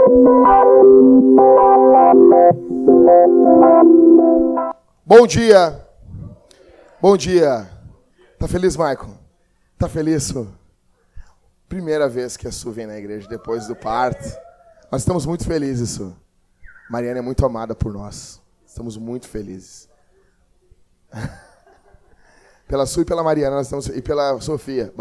Bom dia. Bom dia. Tá feliz, Maicon? Tá feliz, Su? Primeira vez que a Su vem na igreja depois do parto. Nós estamos muito felizes, Su. Mariana é muito amada por nós. Estamos muito felizes. Pela Su e pela Mariana, nós estamos, e pela Sofia.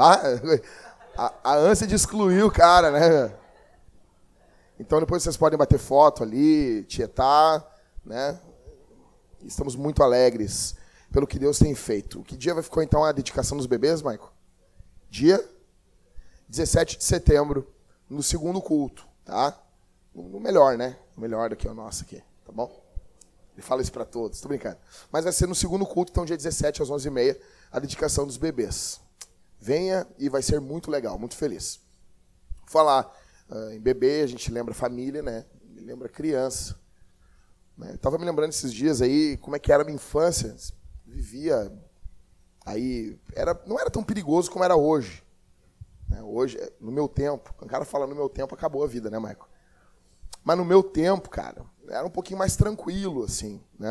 A ânsia de excluir o cara, né? Então depois vocês podem bater foto ali, tietar, né? Estamos muito alegres pelo que Deus tem feito. Que dia ficou então a dedicação dos bebês, Maicon? Dia 17 de setembro, no segundo culto, tá? No melhor, né? O melhor do que o nosso aqui, tá bom? Ele fala isso para todos, tô brincando. Mas vai ser no segundo culto, então dia 17 às 11h30, a dedicação dos bebês. Venha e vai ser muito legal, muito feliz. Vou falar em bebê, a gente lembra família, né? Lembra criança. Estava me lembrando esses dias aí como é que era a minha infância. Vivia aí, não era tão perigoso como era hoje. Hoje, no meu tempo, quando o cara fala no meu tempo, acabou a vida, né, Maicon? Mas no meu tempo, cara, era um pouquinho mais tranquilo, assim, né?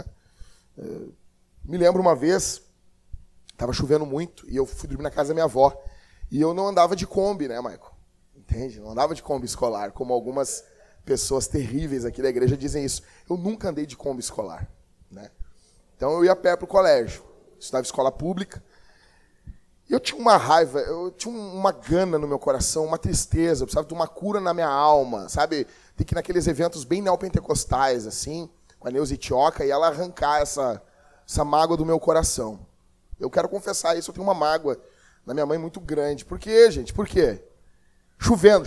Me lembro uma vez, estava chovendo muito, e eu fui dormir na casa da minha avó. E eu não andava de Kombi, né, Maicon? Entende? Não andava de Kombi escolar, como algumas pessoas terríveis aqui da igreja dizem isso. Eu nunca andei de Kombi escolar, né? Então eu ia a pé para o colégio. Estudava em escola pública. E eu tinha uma raiva, eu tinha uma gana no meu coração, uma tristeza, eu precisava de uma cura na minha alma, sabe? Tem que ir naqueles eventos bem neopentecostais, assim, com a Neuza Itioca, e ela arrancar essa mágoa do meu coração. Eu quero confessar isso, eu tenho uma mágoa na minha mãe muito grande. Por quê, gente? Por quê? Chovendo,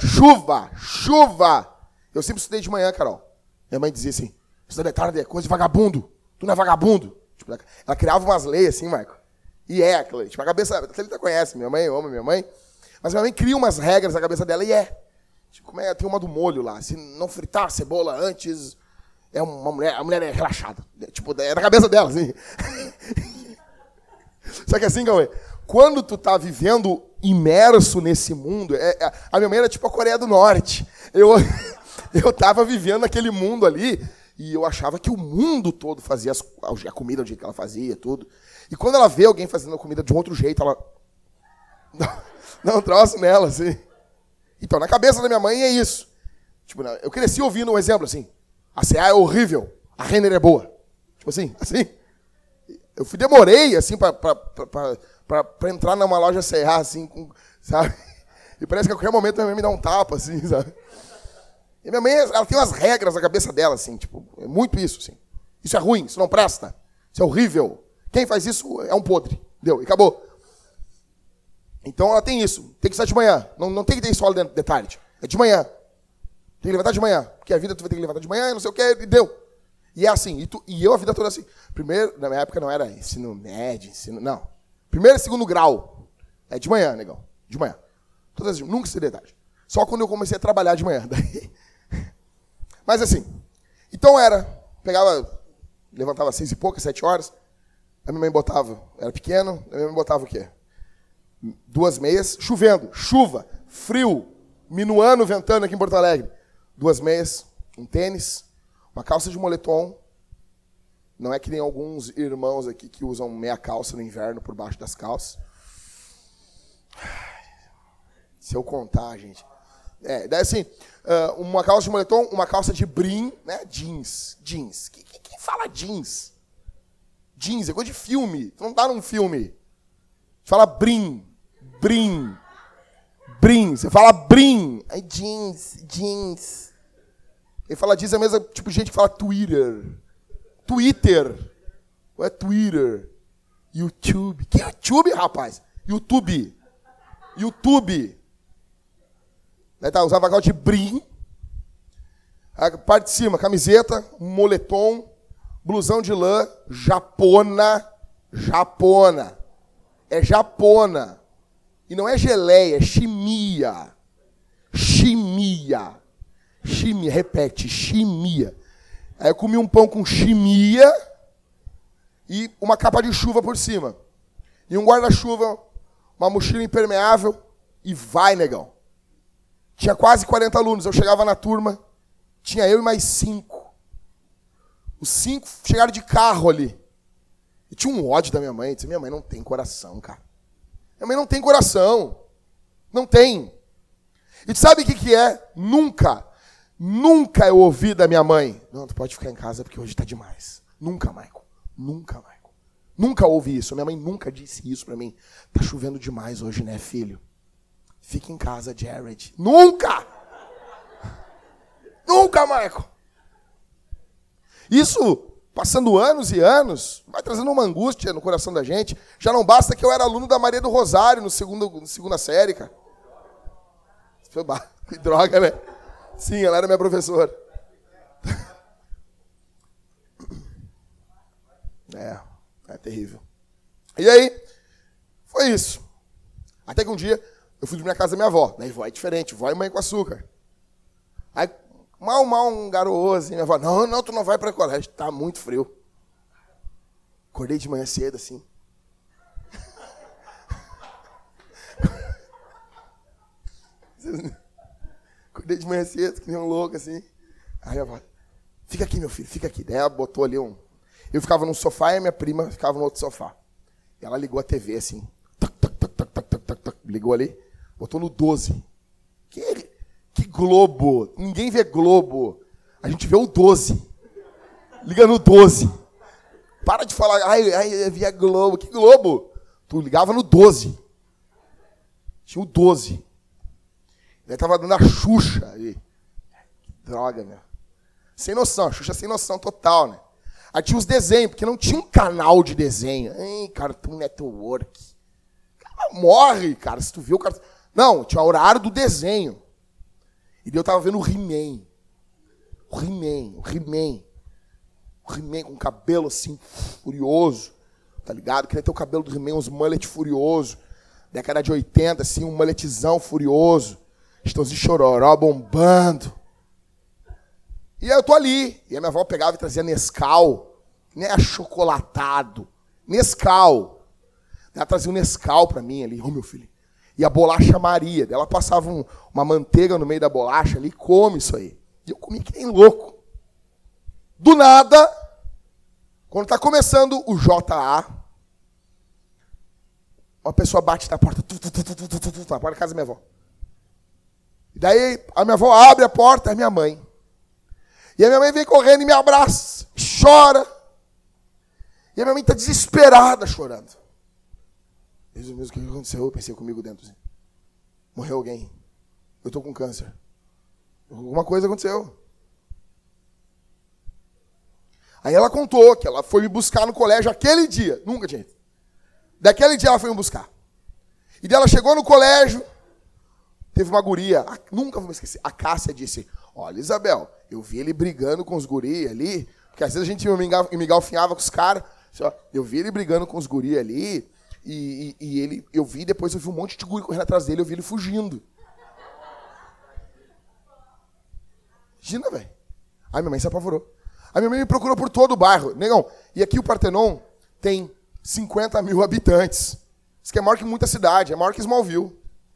chuva! Eu sempre estudei de manhã, Carol. Minha mãe dizia assim, estudar de tarde é coisa de vagabundo, tu não é vagabundo. Tipo, ela criava umas leis assim, Marco. E aquela, tipo, a cabeça, a Thalita conhece minha mãe, eu amo minha mãe, mas minha mãe cria umas regras na cabeça dela e Tipo, como tem uma do molho lá, se não fritar a cebola antes, a mulher é relaxada. Tipo, é da cabeça dela, assim. Só que assim, Cauê, quando tu tá vivendo imerso nesse mundo, a minha mãe era tipo a Coreia do Norte. Eu tava vivendo naquele mundo ali e eu achava que o mundo todo fazia a comida do jeito que ela fazia, tudo. E quando ela vê alguém fazendo a comida de um outro jeito, ela dá um troço nela, assim. Então, na cabeça da minha mãe é isso. Tipo, eu cresci ouvindo um exemplo assim, a C&A é horrível, a Renner é boa. Tipo assim. Eu demorei, assim, pra entrar numa loja C&A, assim, sabe? E parece que a qualquer momento a minha mãe me dá um tapa, assim, sabe? E minha mãe, ela tem umas regras na cabeça dela, assim, tipo, é muito isso, assim. Isso é ruim, isso não presta, isso é horrível. Quem faz isso é um podre. Deu, e acabou. Então ela tem isso, tem que estar de manhã. Não tem que ter escola de tarde. É de manhã. Tem que levantar de manhã. Porque a vida tu vai ter que levantar de manhã, não sei o que, e deu. E é assim, e eu a vida toda assim. Primeiro, na minha época não era ensino médio, não. Primeiro e segundo grau. É de manhã, negão. De manhã. Todas as dias, nunca estudei de tarde. Só quando eu comecei a trabalhar de manhã. Mas assim, então levantava 6 e poucas, 7 horas. A minha mãe botava, era pequeno, a minha mãe botava o quê? 2 meias, chovendo, chuva, frio, minuano, ventando aqui em Porto Alegre. 2 meias, um tênis, uma calça de moletom. Não é que nem alguns irmãos aqui que usam meia calça no inverno por baixo das calças. Se eu contar, gente. Daí assim, uma calça de moletom, uma calça de brim, né? Jeans. Quem fala jeans? Jeans é coisa de filme. Tu não tá num filme. Fala brim. Você fala brim. Aí jeans. Ele fala jeans é a mesma tipo de gente que fala Twitter. Ou é Twitter? YouTube. Que YouTube, rapaz? YouTube. Daí tá, usava calça de brim. A parte de cima, camiseta, moletom, blusão de lã, japona. É japona. E não é geleia, é chimia. Repete, chimia. Aí eu comi um pão com chimia e uma capa de chuva por cima. E um guarda-chuva, uma mochila impermeável e vai, negão. Tinha quase 40 alunos. Eu chegava na turma, Tinha eu e mais 5. Os 5 chegaram de carro ali. E tinha um ódio da minha mãe. Eu disse, minha mãe não tem coração, cara. Minha mãe não tem coração. Não tem. E tu sabe o que é? Nunca eu ouvi da minha mãe. Não, tu pode ficar em casa porque hoje tá demais. Nunca, Michael. Nunca, Michael. Nunca ouvi isso. Minha mãe nunca disse isso pra mim. Tá chovendo demais hoje, né, filho? Fica em casa, Jared. Nunca! Nunca, Michael. Isso, passando anos e anos, vai trazendo uma angústia no coração da gente. Já não basta que eu era aluno da Maria do Rosário no segunda série, cara. Que droga, né? Sim, ela era minha professora. É terrível. E aí, foi isso. Até que um dia, eu fui dormir na casa da minha avó. Daí, vó é diferente, vó é mãe com açúcar. Aí, mal um garoto, assim, minha avó, não, tu não vai para o colégio, tá muito frio. Acordei de manhã cedo, assim. Acordei de manhã cedo, que nem um louco, assim. Aí a avó, fica aqui, meu filho, fica aqui. Daí ela botou ali um... Eu ficava num sofá e a minha prima ficava no outro sofá. E ela ligou a TV, assim. Ligou ali, botou no 12. Que Globo? Ninguém vê Globo. A gente vê o 12. Liga no 12. Para de falar, eu via Globo. Que Globo? Tu ligava no 12. Tinha o 12. Daí tava dando a Xuxa aí. Que droga, meu. Sem noção, a Xuxa sem noção total, né? Aí tinha os desenhos, porque não tinha um canal de desenho. Cartoon Network. Cara, morre, cara, se tu viu o cartoon... Não, tinha o horário do desenho. E daí eu tava vendo o He-Man. O He-Man com cabelo assim, furioso. Tá ligado? Queria ter o cabelo do He-Man, uns mullet furioso. Década de 80, assim, um mulletzão furioso. Estãozinho chororó bombando. E aí eu tô ali. E a minha avó pegava e trazia Nescau. Nem achocolatado. Nescau. Ela trazia um Nescau pra mim ali. Ô, meu filho. E a bolacha Maria. Ela passava uma manteiga no meio da bolacha ali. Come isso aí. E eu comia que nem louco. Do nada, quando tá começando o JA, uma pessoa bate na porta. Na porta da casa da minha avó. E daí a minha avó abre a porta, é minha mãe. E a minha mãe vem correndo e me abraça, chora. E a minha mãe está desesperada chorando. Deus meu, o que aconteceu? Eu pensei comigo dentro. Assim. Morreu alguém. Eu estou com câncer. Alguma coisa aconteceu. Aí ela contou que ela foi me buscar no colégio aquele dia. Nunca tinha ido. Daquele dia ela foi me buscar. E daí ela chegou no colégio. Teve uma guria. Nunca vou me esquecer. A Cássia disse... Olha, Isabel, eu vi ele brigando com os guri ali, porque às vezes a gente me engalfinhava com os caras. Eu vi ele brigando com os guri ali, e ele, depois eu vi um monte de guri correndo atrás dele, eu vi ele fugindo. Imagina, velho. Aí minha mãe se apavorou. Aí minha mãe me procurou por todo o bairro. Negão, e aqui o Partenon tem 50 mil habitantes. Isso que é maior que muita cidade, é maior que Smallville.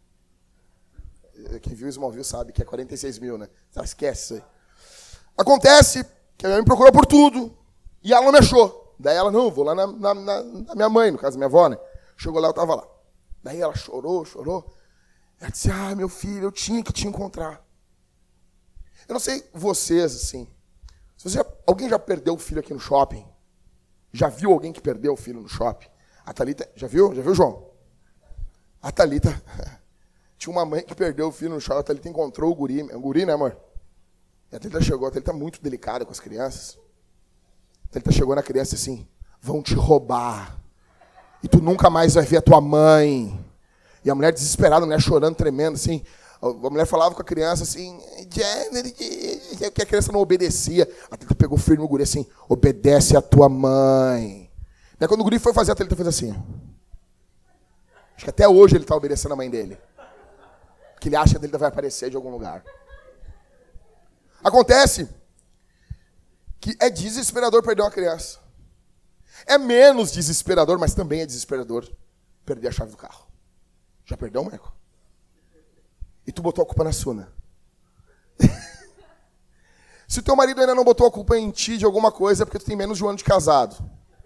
Quem viu Smallville sabe que é 46 mil, né? Esquece isso aí. Acontece que a minha mãe me procurou por tudo e ela não me achou. Daí ela, não, vou lá na minha mãe, no caso da minha avó, né? Chegou lá, eu tava lá. Daí ela chorou. Ela disse, meu filho, eu tinha que te encontrar. Eu não sei vocês, assim. Alguém já perdeu o filho aqui no shopping? Já viu alguém que perdeu o filho no shopping? A Thalita, já viu? Já viu, João? A Thalita... Tinha uma mãe que perdeu o filho no shopping, a Thalita encontrou o guri. É um guri, né, amor? E a Thalita chegou, a Thalita é muito delicada com as crianças. A Thalita chegou na criança assim, vão te roubar. E tu nunca mais vai ver a tua mãe. E a mulher desesperada, a mulher chorando, tremendo, assim. A mulher falava com a criança assim, que a criança não obedecia. A Thalita pegou firme o guri assim, obedece a tua mãe. Daí quando o guri foi fazer, a Thalita fez assim. Acho que até hoje ele está obedecendo a mãe dele. Que ele acha que ele vai aparecer de algum lugar. Acontece que é desesperador perder uma criança. É menos desesperador, mas também é desesperador perder a chave do carro. Já perdeu, Marco? E tu botou a culpa na Suna. Se o teu marido ainda não botou a culpa em ti de alguma coisa, é porque tu tem menos de um ano de casado.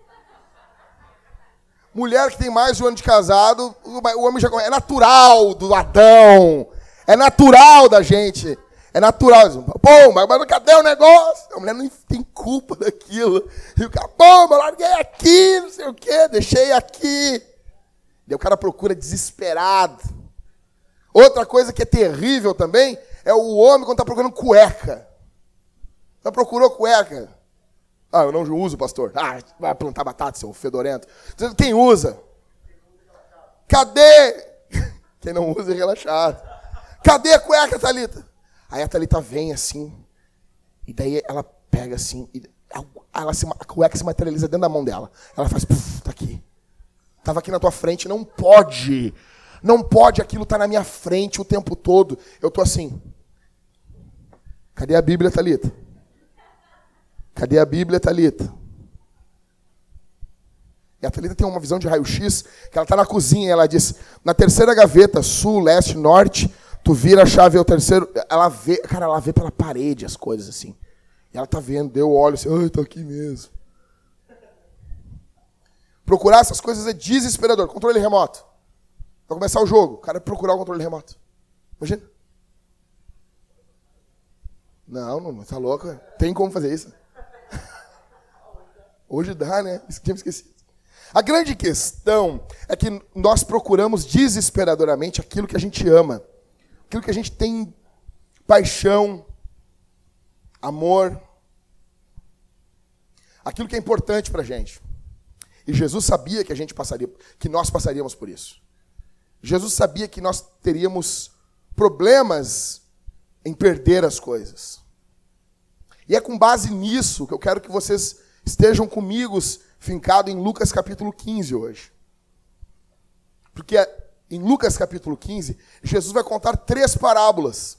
Mulher que tem mais de um ano de casado, o homem já... É natural do Adão. É natural da gente. É natural. Pô, mas cadê o negócio? A mulher não tem culpa daquilo. E o cara, pô, eu larguei aqui, não sei o quê, deixei aqui. E o cara procura desesperado. Outra coisa que é terrível também é o homem quando está procurando cueca. Já procurou cueca? Ah, eu não uso, pastor. Ah, vai plantar batata, seu fedorento. Quem usa? Cadê? Quem não usa é relaxado. Cadê a cueca, Thalita? Aí a Thalita vem assim, e daí ela pega assim, e a cueca se materializa dentro da mão dela. Ela faz, puf, tá aqui. Tava aqui na tua frente, não pode. Não pode aquilo estar na minha frente o tempo todo. Eu tô assim. Cadê a Bíblia, Thalita? Cadê a Bíblia, Thalita? E a Thalita tem uma visão de raio-x, que ela está na cozinha e ela diz, na terceira gaveta, sul, leste, norte, tu vira a chave ao terceiro. Ela vê, cara, ela vê pela parede as coisas assim. E ela tá vendo, deu olho assim, ai, tá aqui mesmo. Procurar essas coisas é desesperador. Controle remoto. Vai começar o jogo, o cara procurar o controle remoto. Imagina. Não, tá louco? Tem como fazer isso? Hoje dá, né? Tinha esquecido. A grande questão é que nós procuramos desesperadoramente aquilo que a gente ama. Aquilo que a gente tem paixão, amor. Aquilo que é importante pra gente. E Jesus sabia que nós passaríamos por isso. Jesus sabia que nós teríamos problemas em perder as coisas. E é com base nisso que eu quero que vocês estejam comigo fincados em Lucas capítulo 15 hoje. Porque em Lucas capítulo 15, Jesus vai contar 3 parábolas.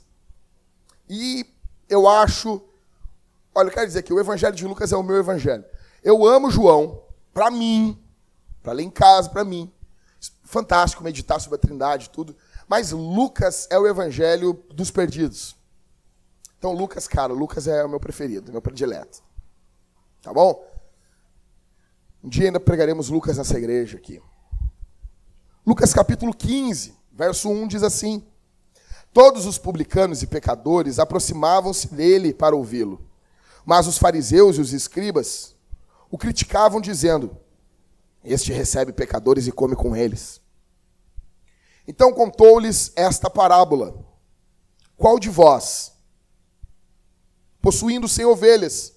E eu acho... Olha, eu quero dizer que o evangelho de Lucas é o meu evangelho. Eu amo João, para mim, para ler em casa, para mim. Fantástico meditar sobre a Trindade e tudo. Mas Lucas é o evangelho dos perdidos. Então, Lucas é o meu preferido, meu predileto. Tá bom? Um dia ainda pregaremos Lucas nessa igreja aqui. Lucas capítulo 15, verso 1 diz assim: todos os publicanos e pecadores aproximavam-se dele para ouvi-lo. Mas os fariseus e os escribas o criticavam, dizendo: este recebe pecadores e come com eles. Então contou-lhes esta parábola: qual de vós, possuindo 100 ovelhas,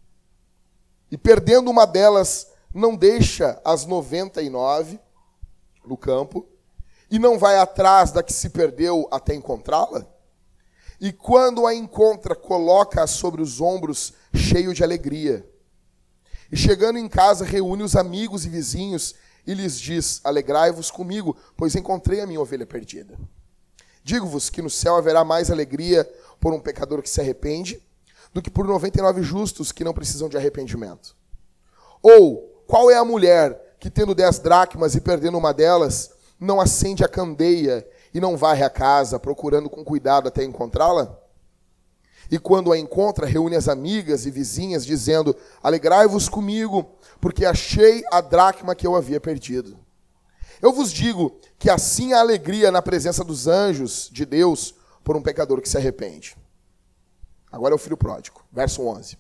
e perdendo uma delas, não deixa as 99 no campo, e não vai atrás da que se perdeu até encontrá-la? E quando a encontra, coloca-a sobre os ombros, cheio de alegria. E chegando em casa, reúne os amigos e vizinhos, e lhes diz: alegrai-vos comigo, pois encontrei a minha ovelha perdida. Digo-vos que no céu haverá mais alegria por um pecador que se arrepende, do que por 99 justos que não precisam de arrependimento. Ou, qual é a mulher que, tendo 10 dracmas e perdendo uma delas, não acende a candeia e não varre a casa, procurando com cuidado até encontrá-la? E quando a encontra, reúne as amigas e vizinhas, dizendo: alegrai-vos comigo, porque achei a dracma que eu havia perdido. Eu vos digo que assim há alegria na presença dos anjos de Deus por um pecador que se arrepende. Agora é o filho pródigo, verso 11.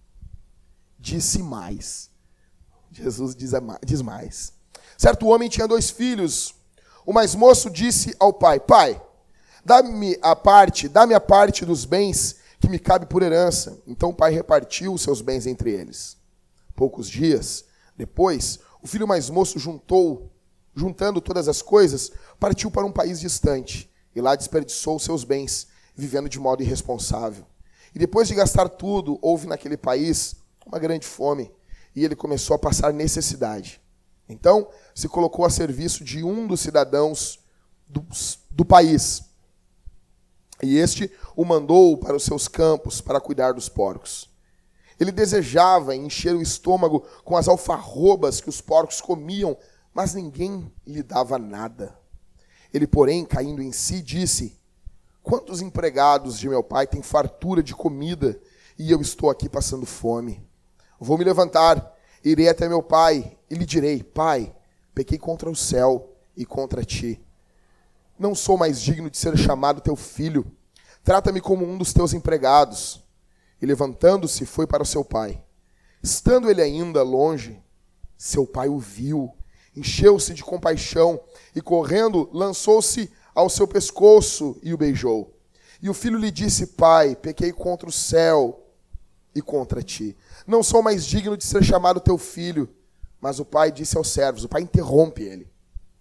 Disse mais. Jesus diz mais. Certo homem tinha 2 filhos. O mais moço disse ao pai: pai, dá-me a parte dos bens que me cabe por herança. Então o pai repartiu os seus bens entre eles. Poucos dias depois, o filho mais moço juntando todas as coisas, partiu para um país distante e lá desperdiçou os seus bens, vivendo de modo irresponsável. E depois de gastar tudo, houve naquele país uma grande fome e ele começou a passar necessidade. Então, se colocou a serviço de um dos cidadãos do país. E este o mandou para os seus campos para cuidar dos porcos. Ele desejava encher o estômago com as alfarrobas que os porcos comiam, mas ninguém lhe dava nada. Ele, porém, caindo em si, disse: quantos empregados de meu pai têm fartura de comida, e eu estou aqui passando fome. Vou me levantar, irei até meu pai e lhe direi: Pai, pequei contra o céu e contra ti. Não sou mais digno de ser chamado teu filho. Trata-me como um dos teus empregados. E levantando-se, foi para o seu pai. Estando ele ainda longe, seu pai o viu, encheu-se de compaixão e, correndo, lançou-se ao seu pescoço e o beijou. E o filho lhe disse: Pai, pequei contra o céu e contra ti. Não sou mais digno de ser chamado teu filho. Mas o pai disse aos servos, o pai interrompe ele: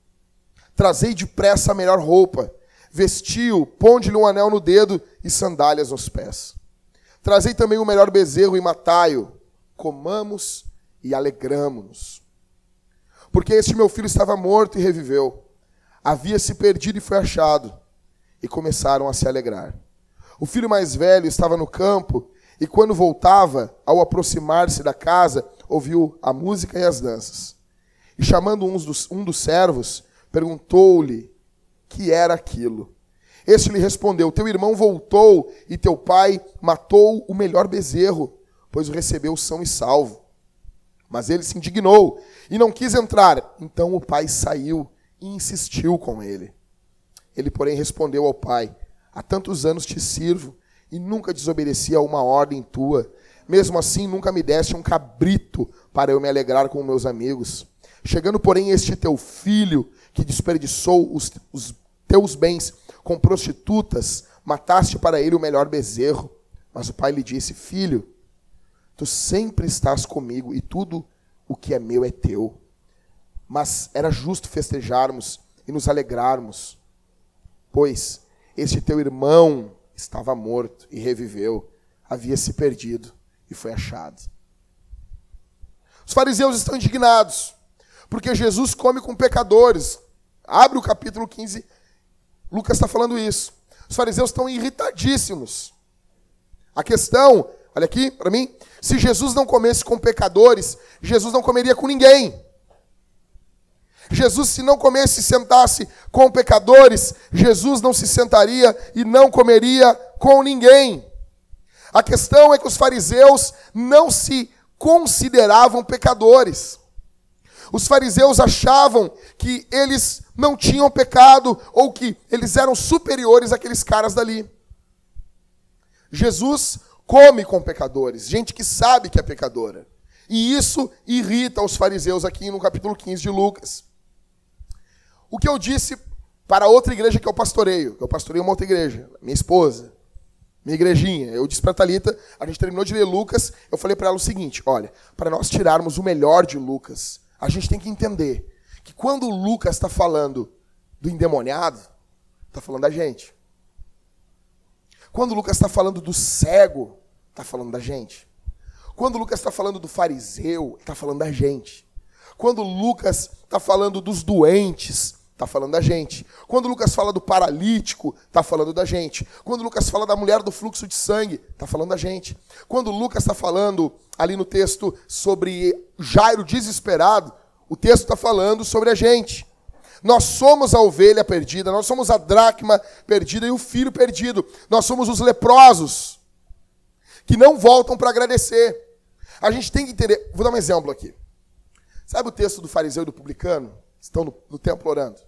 Trazei depressa a melhor roupa, vestiu, ponde-lhe um anel no dedo e sandálias nos pés. Trazei também o melhor bezerro e matai-o. Comamos e alegramo-nos. Porque este meu filho estava morto e reviveu. Havia se perdido e foi achado. E começaram a se alegrar. O filho mais velho estava no campo, e quando voltava, ao aproximar-se da casa, ouviu a música e as danças. E chamando um dos servos, perguntou-lhe que era aquilo. Este lhe respondeu: Teu irmão voltou e teu pai matou o melhor bezerro, pois o recebeu são e salvo. Mas ele se indignou e não quis entrar. Então o pai saiu e insistiu com ele. Ele, porém, respondeu ao pai: Há tantos anos te sirvo e nunca desobedeci a uma ordem tua. Mesmo assim, nunca me deste um cabrito para eu me alegrar com meus amigos. Chegando, porém, este teu filho, que desperdiçou os teus bens com prostitutas, mataste para ele o melhor bezerro. Mas o pai lhe disse: Filho, tu sempre estás comigo e tudo o que é meu é teu. Mas era justo festejarmos e nos alegrarmos, pois este teu irmão estava morto e reviveu, havia se perdido e foi achado. Os fariseus estão indignados, porque Jesus come com pecadores. Abre o capítulo 15, Lucas está falando isso. Os fariseus estão irritadíssimos. A questão, olha aqui para mim, se Jesus não comesse com pecadores, Jesus não comeria com ninguém. Jesus, se não comesse e sentasse com pecadores, Jesus não se sentaria e não comeria com ninguém. A questão é que os fariseus não se consideravam pecadores. Os fariseus achavam que eles não tinham pecado ou que eles eram superiores àqueles caras dali. Jesus come com pecadores, gente que sabe que é pecadora. E isso irrita os fariseus aqui no capítulo 15 de Lucas. O que eu disse para outra igreja que eu pastoreio uma outra igreja, minha esposa, minha igrejinha, eu disse para a Thalita, a gente terminou de ler Lucas, eu falei para ela o seguinte: olha, para nós tirarmos o melhor de Lucas, a gente tem que entender que quando o Lucas está falando do endemoniado, está falando da gente. Quando o Lucas está falando do cego, está falando da gente. Quando o Lucas está falando do fariseu, está falando da gente. Quando o Lucas está falando dos doentes, está falando da gente. Quando o Lucas fala do paralítico, está falando da gente. Quando o Lucas fala da mulher do fluxo de sangue, está falando da gente. Quando o Lucas está falando ali no texto sobre Jairo desesperado, o texto está falando sobre a gente. Nós somos a ovelha perdida, nós somos a dracma perdida e o filho perdido. Nós somos os leprosos que não voltam para agradecer. A gente tem que entender. Vou dar um exemplo aqui. Sabe o texto do fariseu e do publicano? Estão no templo orando.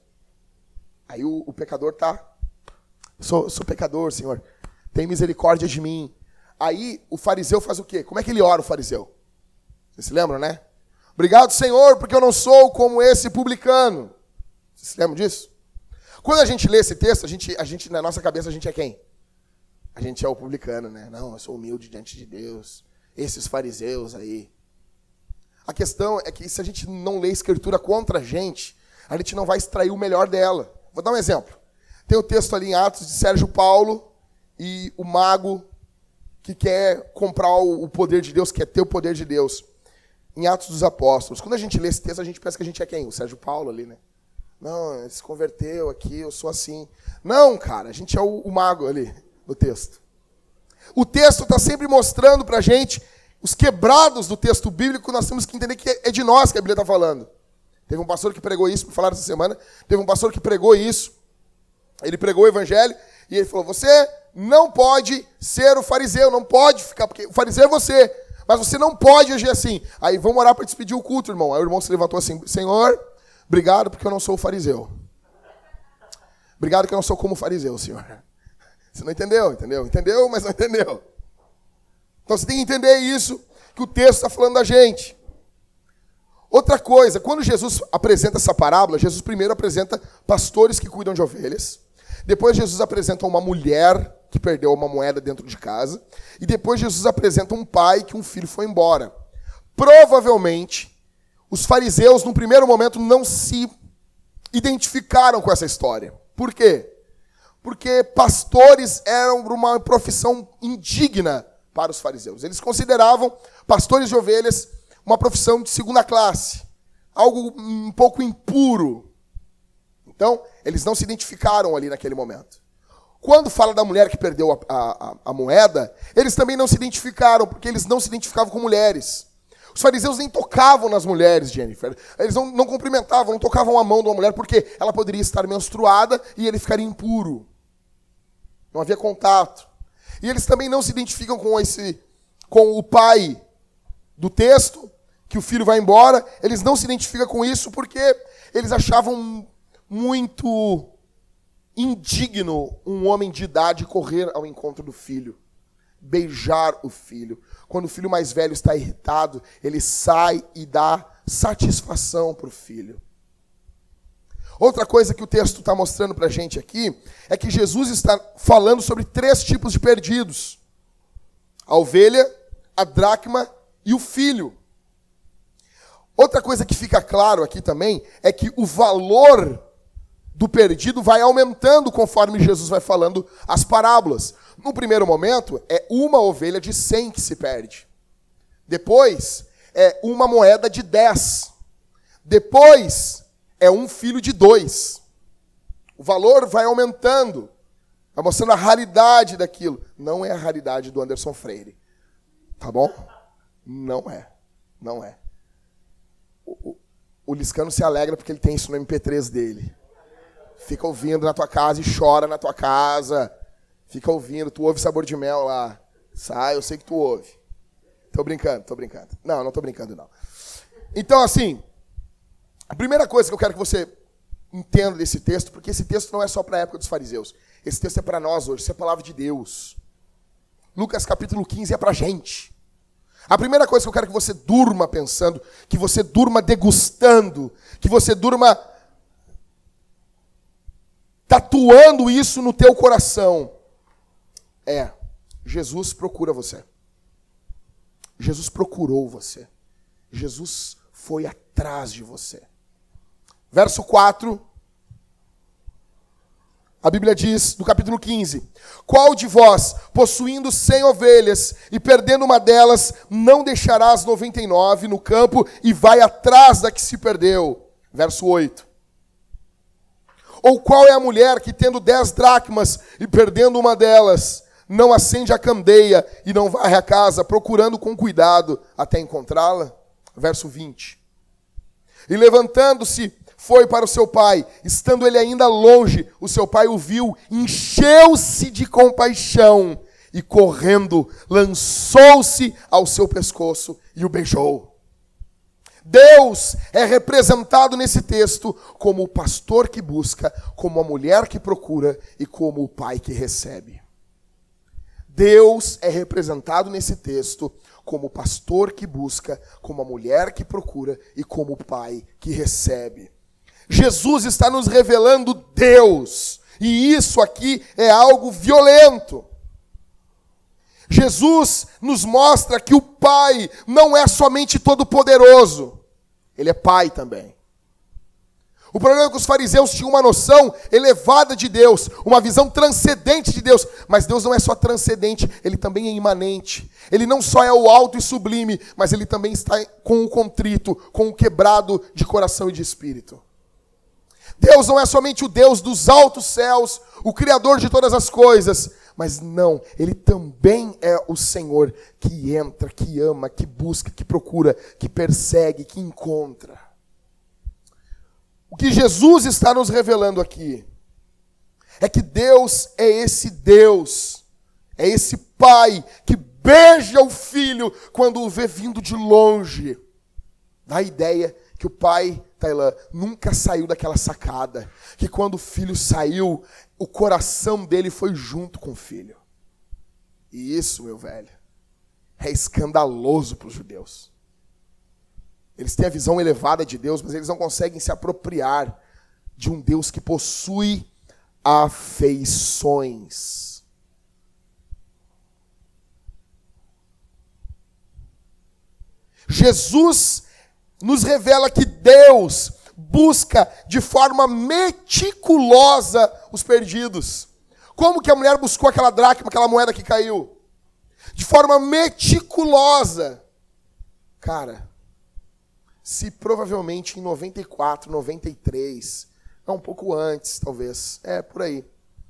Aí o pecador está: sou pecador, Senhor, tem misericórdia de mim. Aí o fariseu faz o quê? Como é que ele ora, o fariseu? Vocês se lembram, né? Obrigado, Senhor, porque eu não sou como esse publicano. Vocês se lembram disso? Quando a gente lê esse texto, a gente na nossa cabeça, a gente é quem? A gente é o publicano, né? Não, eu sou humilde diante de Deus. Esses fariseus aí. A questão é que se a gente não lê a Escritura contra a gente não vai extrair o melhor dela. Vou dar um exemplo. Tem o texto ali em Atos de Sérgio Paulo e o mago que quer comprar o poder de Deus, quer ter o poder de Deus. Em Atos dos Apóstolos. Quando a gente lê esse texto, a gente pensa que a gente é quem? O Sérgio Paulo ali, né? Não, ele se converteu aqui, eu sou assim. Não, cara, a gente é o mago ali no texto. O texto está sempre mostrando para a gente os quebrados do texto bíblico. Nós temos que entender que é de nós que a Bíblia está falando. Teve um pastor que pregou isso, por falar essa semana, teve um pastor que pregou isso. Ele pregou o evangelho e ele falou: você não pode ser o fariseu, não pode ficar, porque o fariseu é você, mas você não pode agir assim. Aí vamos orar para despedir o culto, irmão. Aí o irmão se levantou assim, Senhor, obrigado porque eu não sou o fariseu. Obrigado que eu não sou como o fariseu, Senhor. Você não entendeu, entendeu? Entendeu, mas não entendeu. Então você tem que entender isso, que o texto está falando da gente. Outra coisa, quando Jesus apresenta essa parábola, Jesus primeiro apresenta pastores que cuidam de ovelhas. Depois Jesus apresenta uma mulher que perdeu uma moeda dentro de casa. E depois Jesus apresenta um pai que um filho foi embora. Provavelmente, os fariseus, no primeiro momento, não se identificaram com essa história. Por quê? Porque pastores eram uma profissão indigna para os fariseus. Eles consideravam pastores de ovelhas uma profissão de segunda classe, algo um pouco impuro. Então, eles não se identificaram ali naquele momento. Quando fala da mulher que perdeu a moeda, eles também não se identificaram, porque eles não se identificavam com mulheres. Os fariseus nem tocavam nas mulheres, Jennifer. Eles não cumprimentavam, não tocavam a mão de uma mulher, porque ela poderia estar menstruada e ele ficaria impuro. Não havia contato. E eles também não se identificam com o pai do texto, que o filho vai embora. Eles não se identificam com isso porque eles achavam muito indigno um homem de idade correr ao encontro do filho, beijar o filho. Quando o filho mais velho está irritado, ele sai e dá satisfação para o filho. Outra coisa que o texto está mostrando para a gente aqui é que Jesus está falando sobre 3 tipos de perdidos: a ovelha, a dracma e o filho. Outra coisa que fica claro aqui também é que o valor do perdido vai aumentando conforme Jesus vai falando as parábolas. No primeiro momento, é uma ovelha de 100 que se perde. Depois, é uma moeda de 10. Depois, é um filho de 2. O valor vai aumentando, vai mostrando a raridade daquilo. Não é a raridade do Anderson Freire. Tá bom? Não é. Não é. O Liscano se alegra porque ele tem isso no MP3 dele. Fica ouvindo na tua casa e chora na tua casa. Fica ouvindo, tu ouve Sabor de Mel lá. Sai, eu sei que tu ouve. Tô brincando. Não tô brincando, não. Então, assim, a primeira coisa que eu quero que você entenda desse texto, porque esse texto não é só para a época dos fariseus. Esse texto é para nós hoje, isso é a palavra de Deus. Lucas capítulo 15 é para a gente. A primeira coisa que eu quero que você durma pensando, que você durma degustando, que você durma tatuando isso no teu coração, é: Jesus procura você. Jesus procurou você. Jesus foi atrás de você. Verso 4, a Bíblia diz, no capítulo 15: qual de vós, possuindo 100 ovelhas e perdendo uma delas, não deixará as 99 no campo e vai atrás da que se perdeu? Verso 8. Ou qual é a mulher que, tendo 10 dracmas e perdendo uma delas, não acende a candeia e não varre a casa, procurando com cuidado até encontrá-la? Verso 20. E levantando-se, foi para o seu pai. Estando ele ainda longe, o seu pai o viu, encheu-se de compaixão e, correndo, lançou-se ao seu pescoço e o beijou. Deus é representado nesse texto como o pastor que busca, como a mulher que procura e como o pai que recebe. Deus é representado nesse texto como o pastor que busca, como a mulher que procura e como o pai que recebe. Jesus está nos revelando Deus, e isso aqui é algo violento. Jesus nos mostra que o Pai não é somente todo-poderoso, Ele é Pai também. O problema é que os fariseus tinham uma noção elevada de Deus, uma visão transcendente de Deus, mas Deus não é só transcendente, Ele também é imanente. Ele não só é o alto e sublime, mas Ele também está com o contrito, com o quebrado de coração e de espírito. Deus não é somente o Deus dos altos céus, o Criador de todas as coisas, mas não, Ele também é o Senhor que entra, que ama, que busca, que procura, que persegue, que encontra. O que Jesus está nos revelando aqui é que Deus é esse Deus É esse pai que beija o filho quando o vê vindo de longe. Dá a ideia que o pai, Tailã, nunca saiu daquela sacada. Que quando o filho saiu, o coração dele foi junto com o filho. E isso, meu velho, é escandaloso para os judeus. Eles têm a visão elevada de Deus, mas eles não conseguem se apropriar de um Deus que possui afeições. Jesus nos revela que Deus busca de forma meticulosa os perdidos. Como que a mulher buscou aquela dracma, aquela moeda que caiu? De forma meticulosa. Cara, se provavelmente em 94, 93, um pouco antes, talvez, por aí,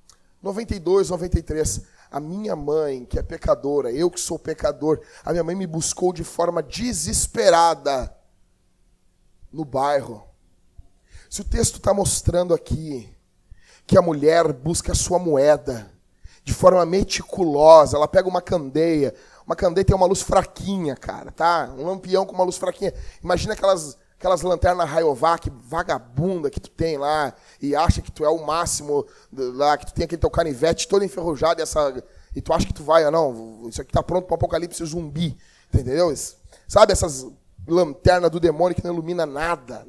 92, 93, a minha mãe, que é pecadora, eu que sou pecador, a minha mãe me buscou de forma desesperada no bairro. Se o texto está mostrando aqui que a mulher busca a sua moeda de forma meticulosa, ela pega uma candeia tem uma luz fraquinha, cara, tá? Um lampião com uma luz fraquinha. Imagina aquelas lanternas Rayovac vagabunda que tu tem lá e acha que tu é o máximo lá, que tu tem aquele teu canivete todo enferrujado e tu acha que tu vai, não, isso aqui tá pronto para o apocalipse zumbi, entendeu? Sabe essas lanternas do demônio que não ilumina nada.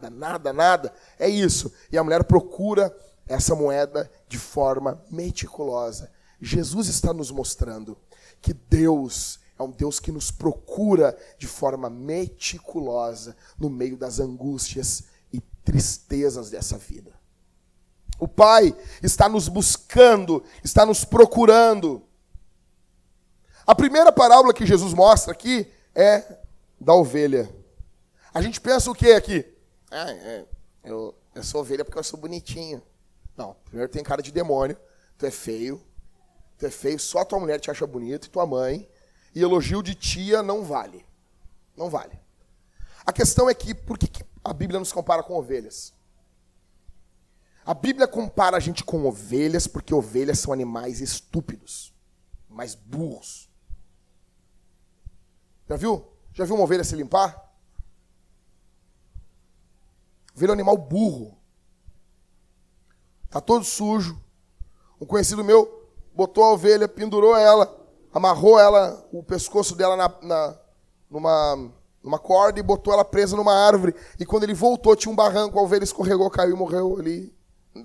É isso. E a mulher procura essa moeda de forma meticulosa. Jesus está nos mostrando que Deus é um Deus que nos procura de forma meticulosa no meio das angústias e tristezas dessa vida. O Pai está nos buscando, está nos procurando. A primeira parábola que Jesus mostra aqui é da ovelha. A gente pensa o que aqui? Eu sou ovelha porque eu sou bonitinho. Não, primeiro tem cara de demônio, tu é feio, só tua mulher te acha bonito e tua mãe, e elogio de tia não vale. Não vale. A questão é que, por que a Bíblia nos compara com ovelhas? A Bíblia compara a gente com ovelhas porque ovelhas são animais estúpidos, mais burros. Já viu? Já viu uma ovelha se limpar? Ovelha é um animal burro. Tá todo sujo. Um conhecido meu botou a ovelha, pendurou ela, amarrou ela, o pescoço dela numa corda e botou ela presa numa árvore. E quando ele voltou, tinha um barranco, a ovelha escorregou, caiu e morreu ali.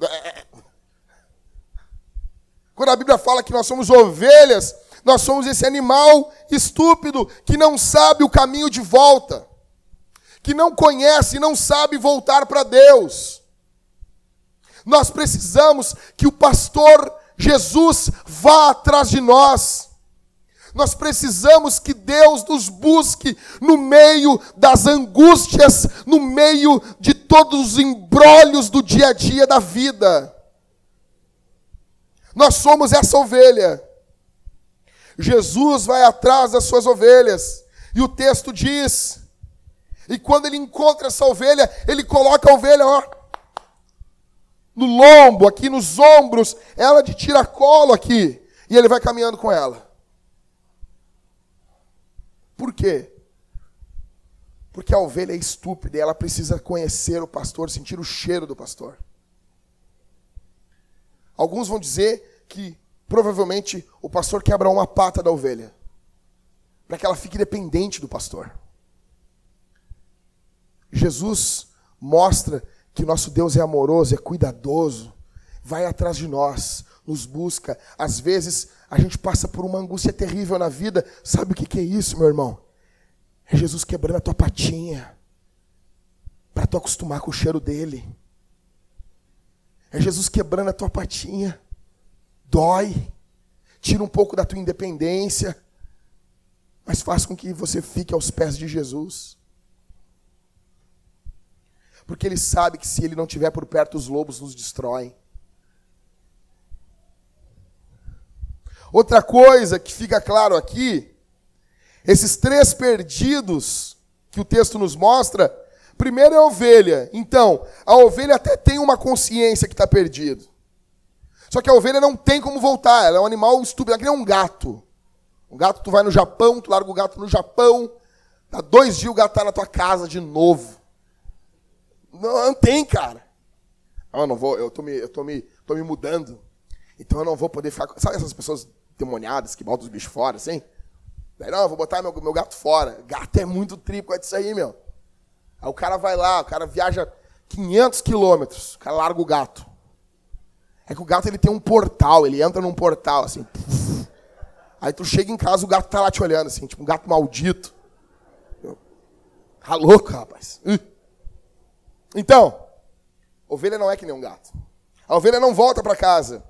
Quando a Bíblia fala que nós somos ovelhas, nós somos esse animal estúpido que não sabe o caminho de volta, que não conhece e não sabe voltar para Deus. Nós precisamos que o pastor Jesus vá atrás de nós. Nós precisamos que Deus nos busque no meio das angústias, no meio de todos os embrólios do dia a dia da vida. Nós somos essa ovelha. Jesus vai atrás das suas ovelhas. E o texto diz, e quando ele encontra essa ovelha, ele coloca a ovelha, no lombo, aqui nos ombros, ela de tiracolo aqui, e ele vai caminhando com ela. Por quê? Porque a ovelha é estúpida e ela precisa conhecer o pastor, sentir o cheiro do pastor. Alguns vão dizer que provavelmente o pastor quebra uma pata da ovelha, para que ela fique dependente do pastor. Jesus mostra que nosso Deus é amoroso, é cuidadoso, vai atrás de nós, nos busca. Às vezes a gente passa por uma angústia terrível na vida. Sabe o que é isso, meu irmão? É Jesus quebrando a tua patinha, para tu acostumar com o cheiro dele. É Jesus quebrando a tua patinha. Dói, tira um pouco da tua independência, mas faz com que você fique aos pés de Jesus. Porque ele sabe que se ele não estiver por perto, os lobos nos destroem. Outra coisa que fica claro aqui, esses 3 perdidos que o texto nos mostra, primeiro é a ovelha. Então, a ovelha até tem uma consciência que está perdido. Só que a ovelha não tem como voltar, ela é um animal estúpido, ela é que nem um gato. Um gato, tu vai no Japão, tu larga o gato no Japão, dá 2 dias o gato tá na tua casa de novo. Não tem, cara. Eu não vou, eu tô me mudando, então eu não vou poder ficar... Sabe essas pessoas demoniadas que botam os bichos fora, assim? Daí, não, eu vou botar meu gato fora. Gato é muito tripo, é disso aí, meu. Aí o cara vai lá, o cara viaja 500 quilômetros, o cara larga o gato. É que o gato ele tem um portal, ele entra num portal, assim. Aí tu chega em casa, o gato tá lá te olhando, assim, tipo um gato maldito. Tá louco, rapaz. Então, ovelha não é que nem um gato. A ovelha não volta para casa.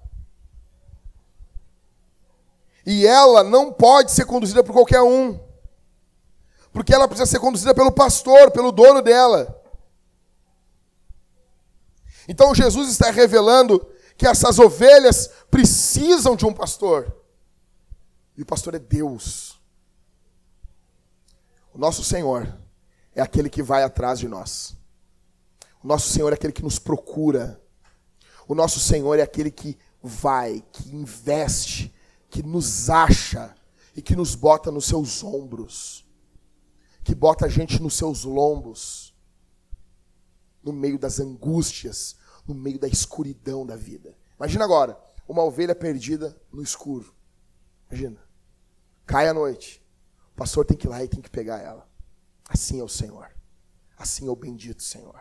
E ela não pode ser conduzida por qualquer um. Porque ela precisa ser conduzida pelo pastor, pelo dono dela. Então Jesus está revelando que essas ovelhas precisam de um pastor. E o pastor é Deus. O nosso Senhor é aquele que vai atrás de nós. O nosso Senhor é aquele que nos procura. O nosso Senhor é aquele que vai, que investe, que nos acha e que nos bota nos seus ombros. Que bota a gente nos seus lombos. No meio das angústias, no meio da escuridão da vida. Imagina agora, uma ovelha perdida no escuro. Imagina. Cai à noite. O pastor tem que ir lá e tem que pegar ela. Assim é o Senhor. Assim é o bendito Senhor.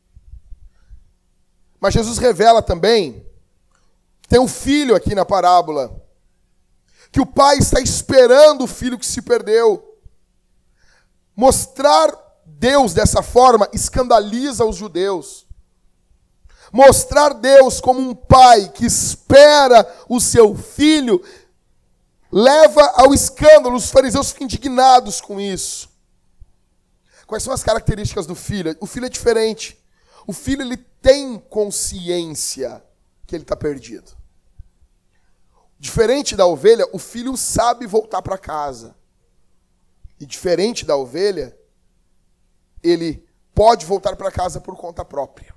Mas Jesus revela também, tem um filho aqui na parábola, que o pai está esperando o filho que se perdeu. Mostrar Deus dessa forma escandaliza os judeus. Mostrar Deus como um pai que espera o seu filho leva ao escândalo. Os fariseus ficam indignados com isso. Quais são as características do filho? O filho é diferente. O filho ele tem consciência que ele está perdido. Diferente da ovelha, o filho sabe voltar para casa. E diferente da ovelha, ele pode voltar para casa por conta própria.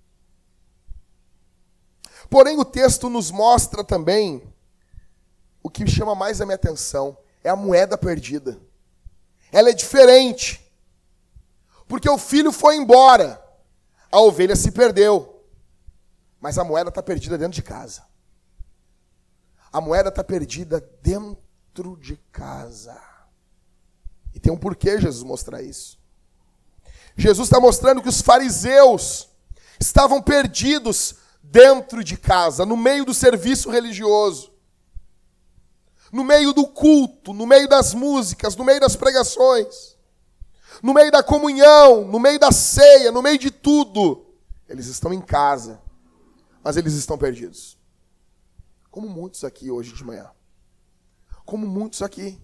Porém, o texto nos mostra também o que chama mais a minha atenção, é a moeda perdida. Ela é diferente. Porque o filho foi embora, a ovelha se perdeu. Mas a moeda está perdida dentro de casa. A moeda está perdida dentro de casa. E tem um porquê Jesus mostrar isso. Jesus está mostrando que os fariseus estavam perdidos dentro de casa, no meio do serviço religioso, no meio do culto, no meio das músicas, no meio das pregações, no meio da comunhão, no meio da ceia, no meio de tudo. Eles estão em casa, mas eles estão perdidos. Como muitos aqui hoje de manhã. Como muitos aqui.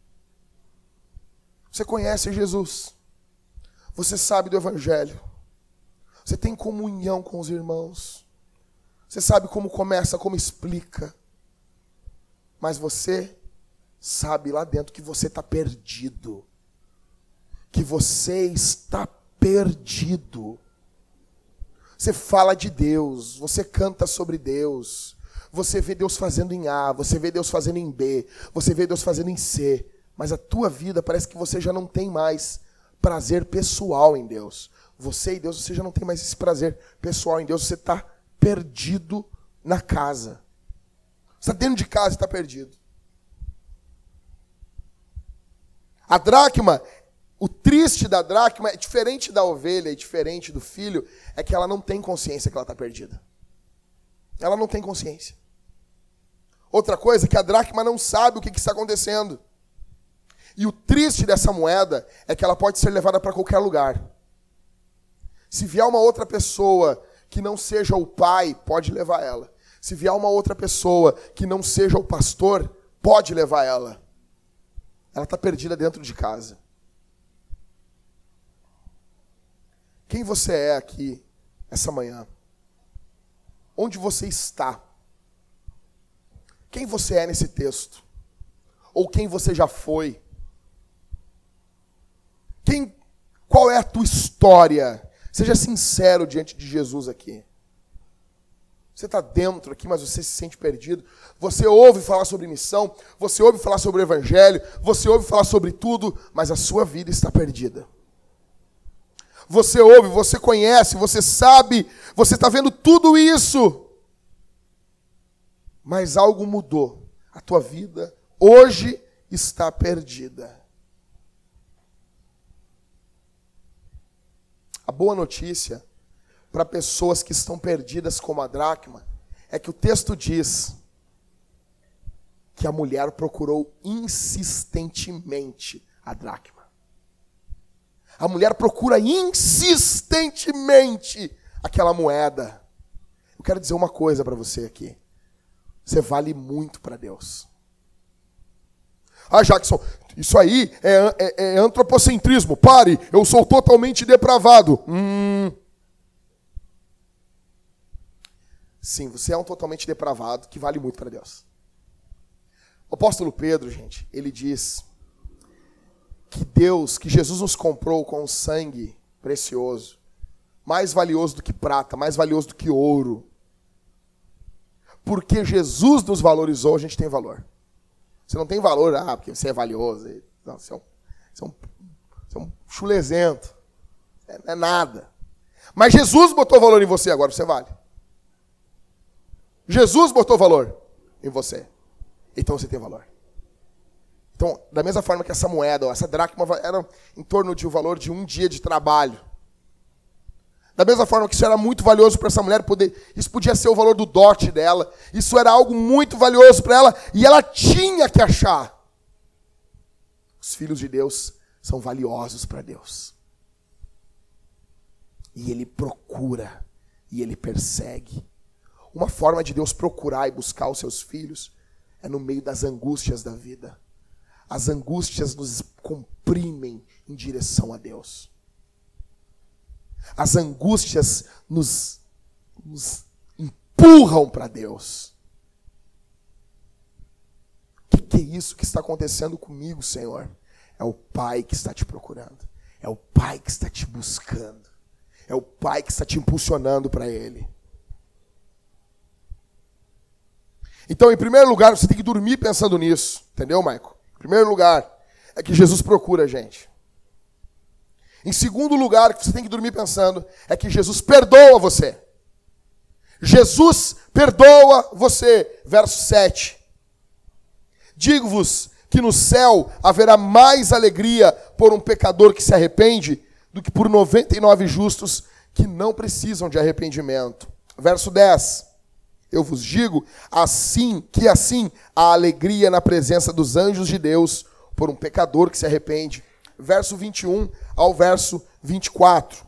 Você conhece Jesus. Você sabe do Evangelho. Você tem comunhão com os irmãos. Você sabe como começa, como explica. Mas você sabe lá dentro que você está perdido. Que você está perdido. Você fala de Deus, você canta sobre Deus. Você vê Deus fazendo em A, você vê Deus fazendo em B, você vê Deus fazendo em C. Mas a tua vida parece que você já não tem mais prazer pessoal em Deus. Você e Deus, você já não tem mais esse prazer pessoal em Deus. Você está perdido na casa. Você está dentro de casa e está perdido. A dracma, o triste da dracma é diferente da ovelha e diferente do filho, é que ela não tem consciência que ela está perdida. Ela não tem consciência. Outra coisa é que a dracma não sabe o que está acontecendo. E o triste dessa moeda é que ela pode ser levada para qualquer lugar. Se vier uma outra pessoa que não seja o pai, pode levar ela. Se vier uma outra pessoa que não seja o pastor, pode levar ela. Ela está perdida dentro de casa. Quem você é aqui essa manhã? Onde você está? Quem você é nesse texto? Ou quem você já foi? Qual é a tua história? Seja sincero diante de Jesus aqui. Você está dentro aqui, mas você se sente perdido. Você ouve falar sobre missão, você ouve falar sobre o evangelho, você ouve falar sobre tudo, mas a sua vida está perdida. Você ouve, você conhece, você sabe, você está vendo tudo isso. Mas algo mudou. A tua vida hoje está perdida. A boa notícia para pessoas que estão perdidas como a dracma é que o texto diz que a mulher procurou insistentemente a dracma. A mulher procura insistentemente aquela moeda. Eu quero dizer uma coisa para você aqui. Você vale muito para Deus. Ah, Jackson, isso aí é antropocentrismo. Pare, eu sou totalmente depravado. Sim, você é um totalmente depravado que vale muito para Deus. O apóstolo Pedro, gente, ele diz que Jesus nos comprou com um sangue precioso, mais valioso do que prata, mais valioso do que ouro. Porque Jesus nos valorizou, a gente tem valor. Você não tem valor, porque você é valioso. Não, você é um chulezento. Não é nada. Mas Jesus botou valor em você, agora você vale. Jesus botou valor em você. Então você tem valor. Então, da mesma forma que essa moeda, essa dracma, era em torno de um valor de um dia de trabalho. Da mesma forma que isso era muito valioso para essa mulher, isso podia ser o valor do dote dela. Isso era algo muito valioso para ela e ela tinha que achar. Os filhos de Deus são valiosos para Deus. E Ele procura e Ele persegue. Uma forma de Deus procurar e buscar os seus filhos é no meio das angústias da vida. As angústias nos comprimem em direção a Deus. As angústias nos empurram para Deus. O que é isso que está acontecendo comigo, Senhor? É o Pai que está te procurando. É o Pai que está te buscando. É o Pai que está te impulsionando para Ele. Então, em primeiro lugar, você tem que dormir pensando nisso. Entendeu, Maico? Em primeiro lugar, é que Jesus procura a gente. Em segundo lugar, que você tem que dormir pensando, é que Jesus perdoa você. Jesus perdoa você. Verso 7. Digo-vos que no céu haverá mais alegria por um pecador que se arrepende do que por 99 justos que não precisam de arrependimento. Verso 10. Eu vos digo, assim há alegria na presença dos anjos de Deus por um pecador que se arrepende. Verso 21 ao verso 24.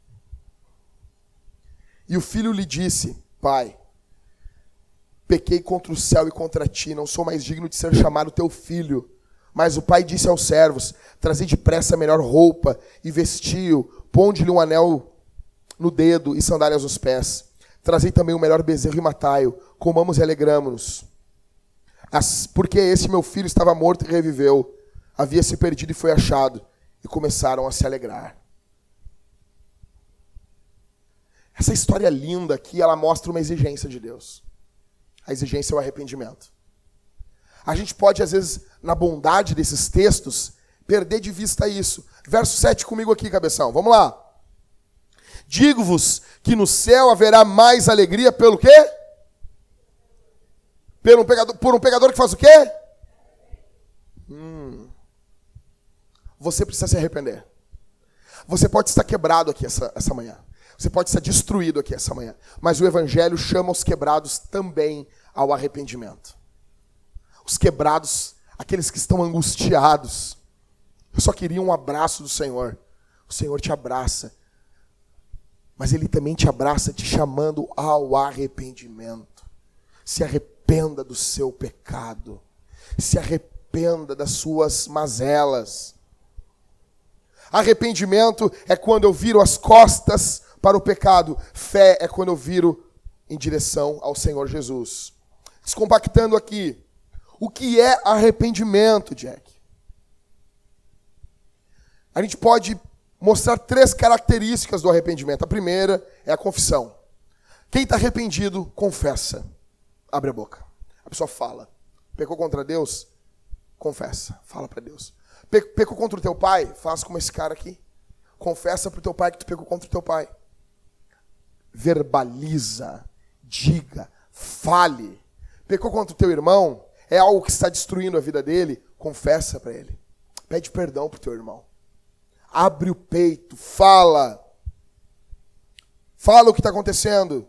E o filho lhe disse, Pai, pequei contra o céu e contra ti, não sou mais digno de ser chamado teu filho. Mas o pai disse aos servos, trazei depressa a melhor roupa e vestiu, ponde-lhe um anel no dedo e sandálias nos pés. Trazei também o melhor bezerro e matai-o, comamos e alegramo-nos. Porque esse meu filho estava morto e reviveu, havia se perdido e foi achado, e começaram a se alegrar. Essa história linda aqui, ela mostra uma exigência de Deus. A exigência é o arrependimento. A gente pode, às vezes, na bondade desses textos, perder de vista isso. Verso 7 comigo aqui, cabeção. Vamos lá. Digo-vos que no céu haverá mais alegria pelo quê? Por um pecador que faz o quê? Você precisa se arrepender. Você pode estar quebrado aqui essa manhã. Você pode estar destruído aqui essa manhã. Mas o Evangelho chama os quebrados também ao arrependimento. Os quebrados, aqueles que estão angustiados. Eu só queria um abraço do Senhor. O Senhor te abraça. Mas Ele também te abraça te chamando ao arrependimento. Se arrependa do seu pecado. Se arrependa das suas mazelas. Arrependimento é quando eu viro as costas para o pecado. Fé é quando eu viro em direção ao Senhor Jesus. Descompactando aqui. O que é arrependimento, Jack? A gente pode mostrar 3 características do arrependimento. A primeira é a confissão. Quem está arrependido, confessa. Abre a boca. A pessoa fala. Pecou contra Deus? Confessa. Fala para Deus. Pecou contra o teu pai? Faz como esse cara aqui. Confessa para o teu pai que tu pecou contra o teu pai. Verbaliza. Diga. Fale. Pecou contra o teu irmão? É algo que está destruindo a vida dele? Confessa para ele. Pede perdão para o teu irmão. Abre o peito. Fala. Fala o que está acontecendo.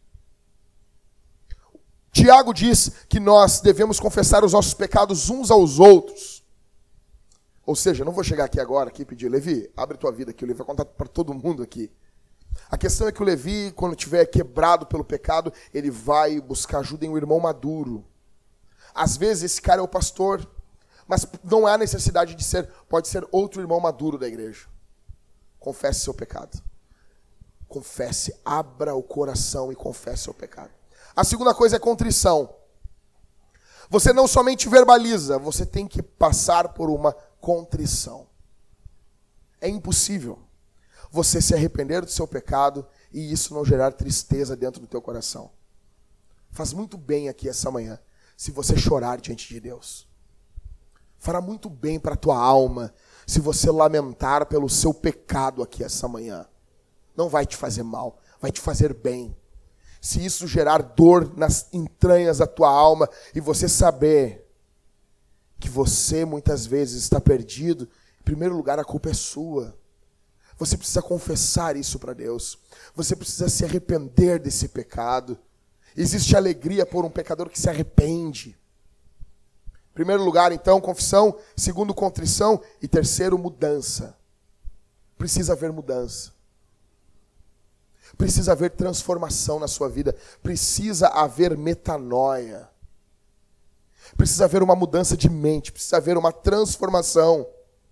Tiago diz que nós devemos confessar os nossos pecados uns aos outros. Ou seja, eu não vou chegar aqui agora e pedir, Levi, abre tua vida aqui, o Levi vai contar para todo mundo aqui. A questão é que o Levi, quando estiver quebrado pelo pecado, ele vai buscar ajuda em um irmão maduro. Às vezes esse cara é o pastor, mas não há necessidade de ser, pode ser outro irmão maduro da igreja. Confesse seu pecado. Confesse, abra o coração e confesse seu pecado. A segunda coisa é contrição. Você não somente verbaliza, você tem que passar por uma contrição. É impossível você se arrepender do seu pecado e isso não gerar tristeza dentro do teu coração. Faz muito bem aqui essa manhã se você chorar diante de Deus. Fará muito bem para a tua alma se você lamentar pelo seu pecado aqui essa manhã. Não vai te fazer mal, vai te fazer bem. Se isso gerar dor nas entranhas da tua alma e você saber que você muitas vezes está perdido, em primeiro lugar a culpa é sua. Você precisa confessar isso para Deus. Você precisa se arrepender desse pecado. Existe alegria por um pecador que se arrepende. Em primeiro lugar, então, confissão. Segundo, contrição. E terceiro, mudança. Precisa haver mudança. Precisa haver transformação na sua vida. Precisa haver metanoia. Precisa haver uma mudança de mente. Precisa haver uma transformação.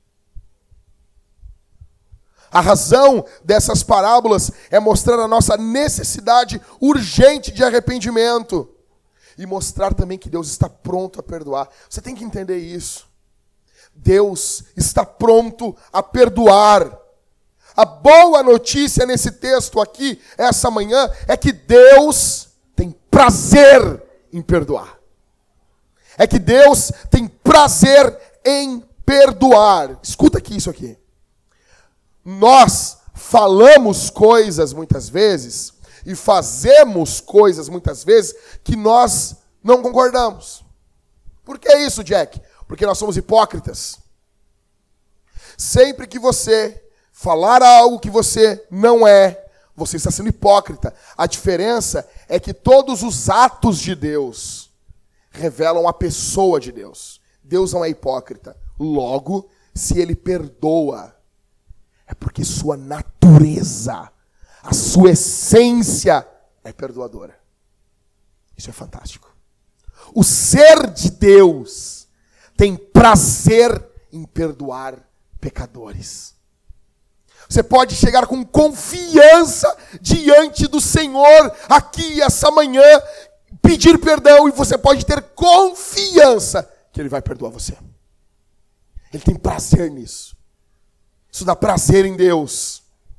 A razão dessas parábolas é mostrar a nossa necessidade urgente de arrependimento. E mostrar também que Deus está pronto a perdoar. Você tem que entender isso. Deus está pronto a perdoar. A boa notícia nesse texto aqui, essa manhã, é que Deus tem prazer em perdoar. É que Deus tem prazer em perdoar. Escuta aqui isso aqui. Nós falamos coisas muitas vezes e fazemos coisas muitas vezes que nós não concordamos. Por que isso, Jack? Porque nós somos hipócritas. Sempre que você falar algo que você não é, você está sendo hipócrita. A diferença é que todos os atos de Deus revelam a pessoa de Deus. Deus não é hipócrita. Logo, se Ele perdoa, é porque sua natureza, a sua essência é perdoadora. Isso é fantástico. O ser de Deus tem prazer em perdoar pecadores. Você pode chegar com confiança diante do Senhor aqui essa manhã, pedir perdão, e você pode ter confiança que Ele vai perdoar você. Ele tem prazer nisso. Isso dá prazer em Deus.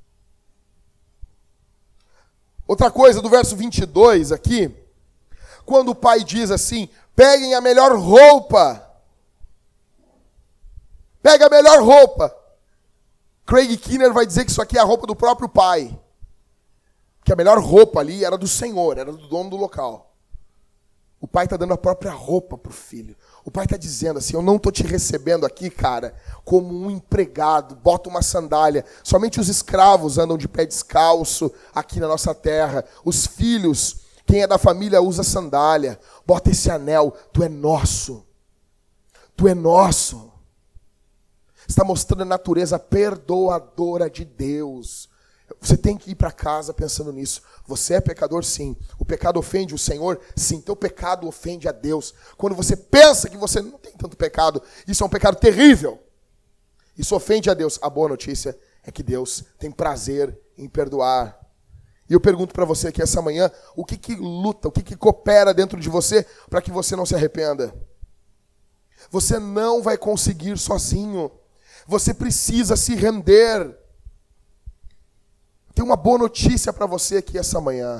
Outra coisa, do verso 22 aqui, quando o pai diz assim, peguem a melhor roupa. Pega a melhor roupa. Craig Kinner vai dizer que isso aqui é a roupa do próprio pai. Que a melhor roupa ali era do Senhor, era do dono do local. O pai está dando a própria roupa para o filho. O pai está dizendo assim, eu não estou te recebendo aqui, cara, como um empregado, bota uma sandália. Somente os escravos andam de pé descalço aqui na nossa terra. Os filhos, quem é da família usa sandália. Bota esse anel, tu é nosso. Tu é nosso. Está mostrando a natureza perdoadora de Deus. Você tem que ir para casa pensando nisso. Você é pecador, sim. O pecado ofende o Senhor, sim. Teu pecado ofende a Deus. Quando você pensa que você não tem tanto pecado, isso é um pecado terrível. Isso ofende a Deus. A boa notícia é que Deus tem prazer em perdoar. E eu pergunto para você aqui essa manhã, o que luta, o que coopera dentro de você para que você não se arrependa? Você não vai conseguir sozinho. Você precisa se render. Tem uma boa notícia para você aqui essa manhã.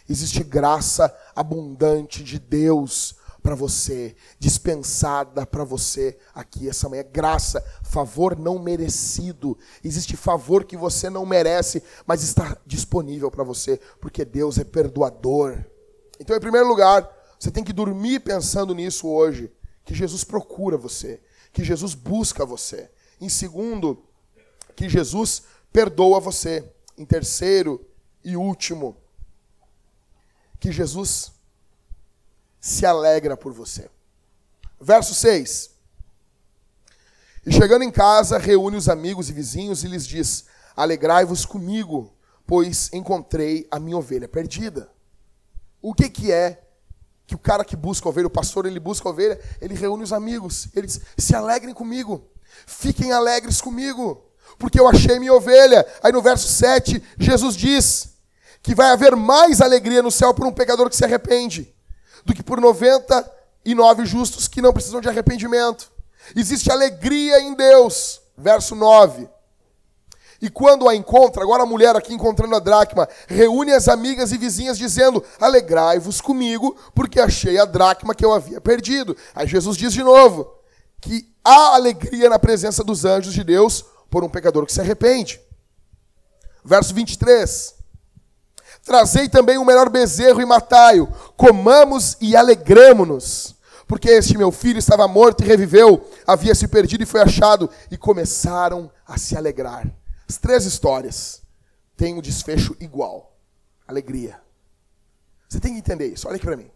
Existe graça abundante de Deus para você, dispensada para você aqui essa manhã. Graça, favor não merecido. Existe favor que você não merece, mas está disponível para você, porque Deus é perdoador. Então, em primeiro lugar, você tem que dormir pensando nisso hoje, que Jesus procura você, que Jesus busca você. Em segundo, que Jesus perdoa você. Em terceiro e último, que Jesus se alegra por você. Verso 6. E chegando em casa, reúne os amigos e vizinhos e lhes diz: alegrai-vos comigo, pois encontrei a minha ovelha perdida. O que é que o cara que busca a ovelha, o pastor, ele busca a ovelha, ele reúne os amigos, ele diz: se alegrem comigo, fiquem alegres comigo, porque eu achei minha ovelha. Aí no verso 7, Jesus diz que vai haver mais alegria no céu por um pecador que se arrepende, do que por 99 justos que não precisam de arrependimento. Existe alegria em Deus. Verso 9. E quando a encontra, agora a mulher aqui encontrando a dracma, reúne as amigas e vizinhas dizendo: alegrai-vos comigo, porque achei a dracma que eu havia perdido. Aí Jesus diz de novo que há alegria na presença dos anjos de Deus por um pecador que se arrepende. Verso 23. Trazei também o melhor bezerro e matai-o, comamos e alegramo-nos, porque este meu filho estava morto e reviveu, havia se perdido e foi achado, e começaram a se alegrar. As 3 histórias têm um desfecho igual: alegria. Você tem que entender isso, olha aqui para mim.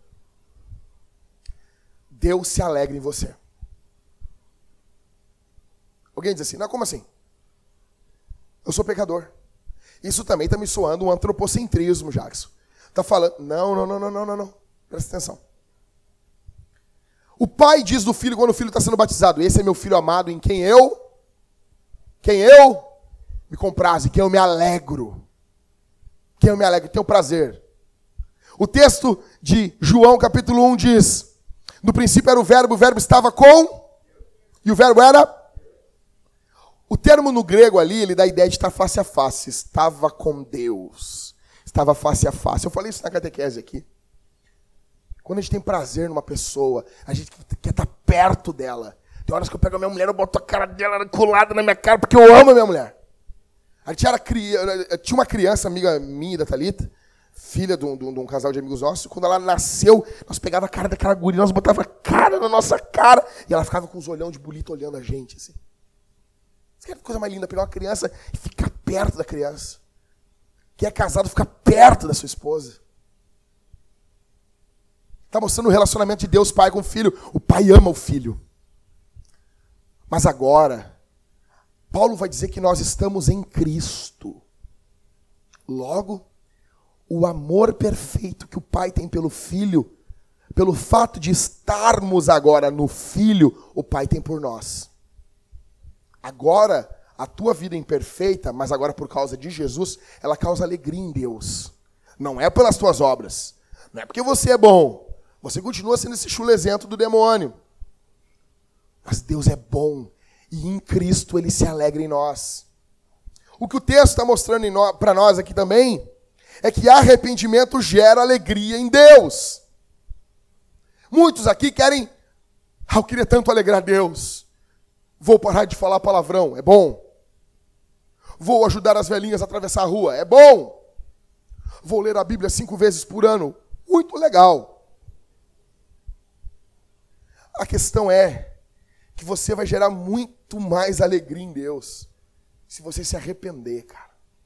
Deus se alegra em você. Alguém diz assim: não, como assim? Eu sou pecador. Isso também está me soando um antropocentrismo, Jackson. Está falando, não. Presta atenção. O pai diz do filho quando o filho está sendo batizado: esse é meu filho amado em quem eu me comprazo, em quem eu me alegro. Quem eu me alegro, tenho prazer. O texto de João capítulo 1 diz: no princípio era o verbo estava com, e o verbo era... O termo no grego ali, ele dá a ideia de estar face a face. Estava com Deus. Estava face a face. Eu falei isso na catequese aqui. Quando a gente tem prazer numa pessoa, a gente quer estar perto dela. Tem horas que eu pego a minha mulher, eu boto a cara dela colada na minha cara, porque eu amo a minha mulher. A gente tinha uma criança, amiga minha, da Thalita, filha de um casal de amigos nossos. Quando ela nasceu, nós pegava a cara daquela guria, nós botava a cara na nossa cara, e ela ficava com os olhão de bolito olhando a gente, assim. Você quer coisa mais linda? Pegar uma criança e ficar perto da criança. Quem é casado, ficar perto da sua esposa. Está mostrando o relacionamento de Deus Pai com o Filho. O Pai ama o Filho. Mas agora, Paulo vai dizer que nós estamos em Cristo. Logo, o amor perfeito que o Pai tem pelo Filho, pelo fato de estarmos agora no Filho, o Pai tem por nós. Agora, a tua vida é imperfeita, mas agora por causa de Jesus, ela causa alegria em Deus. Não é pelas tuas obras. Não é porque você é bom. Você continua sendo esse chulezento do demônio. Mas Deus é bom. E em Cristo Ele se alegra em nós. O que o texto está mostrando para nós aqui também é que arrependimento gera alegria em Deus. Muitos aqui querem... eu queria tanto alegrar Deus. Vou parar de falar palavrão, é bom. Vou ajudar as velhinhas a atravessar a rua, é bom. Vou ler a Bíblia 5 vezes por ano, muito legal. A questão é que você vai gerar muito mais alegria em Deus se você se arrepender, cara.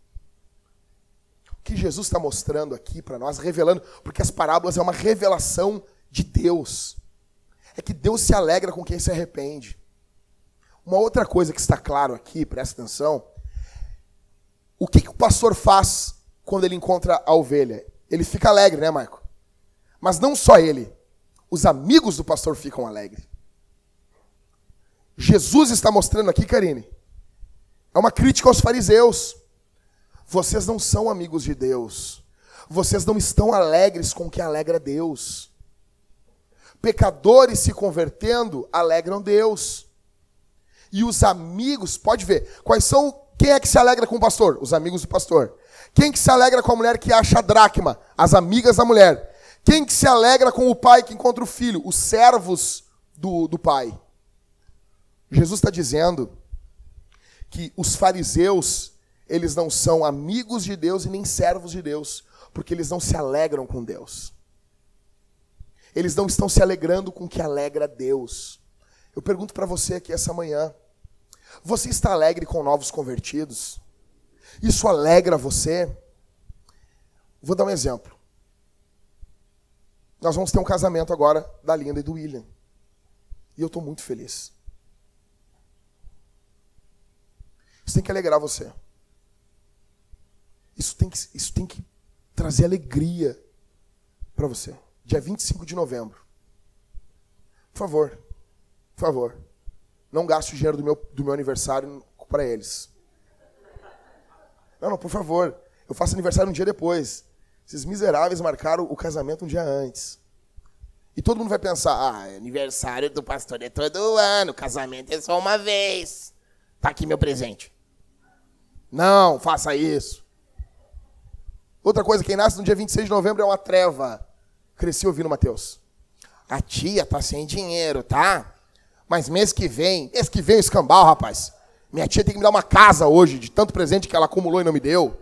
O que Jesus está mostrando aqui para nós, revelando, porque as parábolas é uma revelação de Deus. É que Deus se alegra com quem se arrepende. Uma outra coisa que está claro aqui, presta atenção, o que o pastor faz quando ele encontra a ovelha? Ele fica alegre, né, Marco? Mas não só ele, os amigos do pastor ficam alegres. Jesus está mostrando aqui, Karine, é uma crítica aos fariseus. Vocês não são amigos de Deus. Vocês não estão alegres com o que alegra Deus. Pecadores se convertendo alegram Deus. E os amigos, pode ver, quem é que se alegra com o pastor? Os amigos do pastor. Quem que se alegra com a mulher que acha a dracma? As amigas da mulher. Quem que se alegra com o pai que encontra o filho? Os servos do pai. Jesus está dizendo que os fariseus, eles não são amigos de Deus e nem servos de Deus, porque eles não se alegram com Deus. Eles não estão se alegrando com o que alegra Deus. Eu pergunto para você aqui essa manhã, você está alegre com novos convertidos? Isso alegra você? Vou dar um exemplo. Nós vamos ter um casamento agora da Linda e do William. E eu estou muito feliz. Isso tem que alegrar você. Isso tem que trazer alegria para você. Dia 25 de novembro. Por favor. Não gaste o dinheiro do meu aniversário para eles. Não, por favor. Eu faço aniversário um dia depois. Esses miseráveis marcaram o casamento um dia antes. E todo mundo vai pensar, aniversário do pastor é todo ano, casamento é só uma vez. Tá aqui meu presente. Não, faça isso. Outra coisa, quem nasce no dia 26 de novembro é uma treva. Cresci ouvindo Mateus. A tia tá sem dinheiro, tá? Mas mês que vem o escambau, rapaz. Minha tia tem que me dar uma casa hoje, de tanto presente que ela acumulou e não me deu.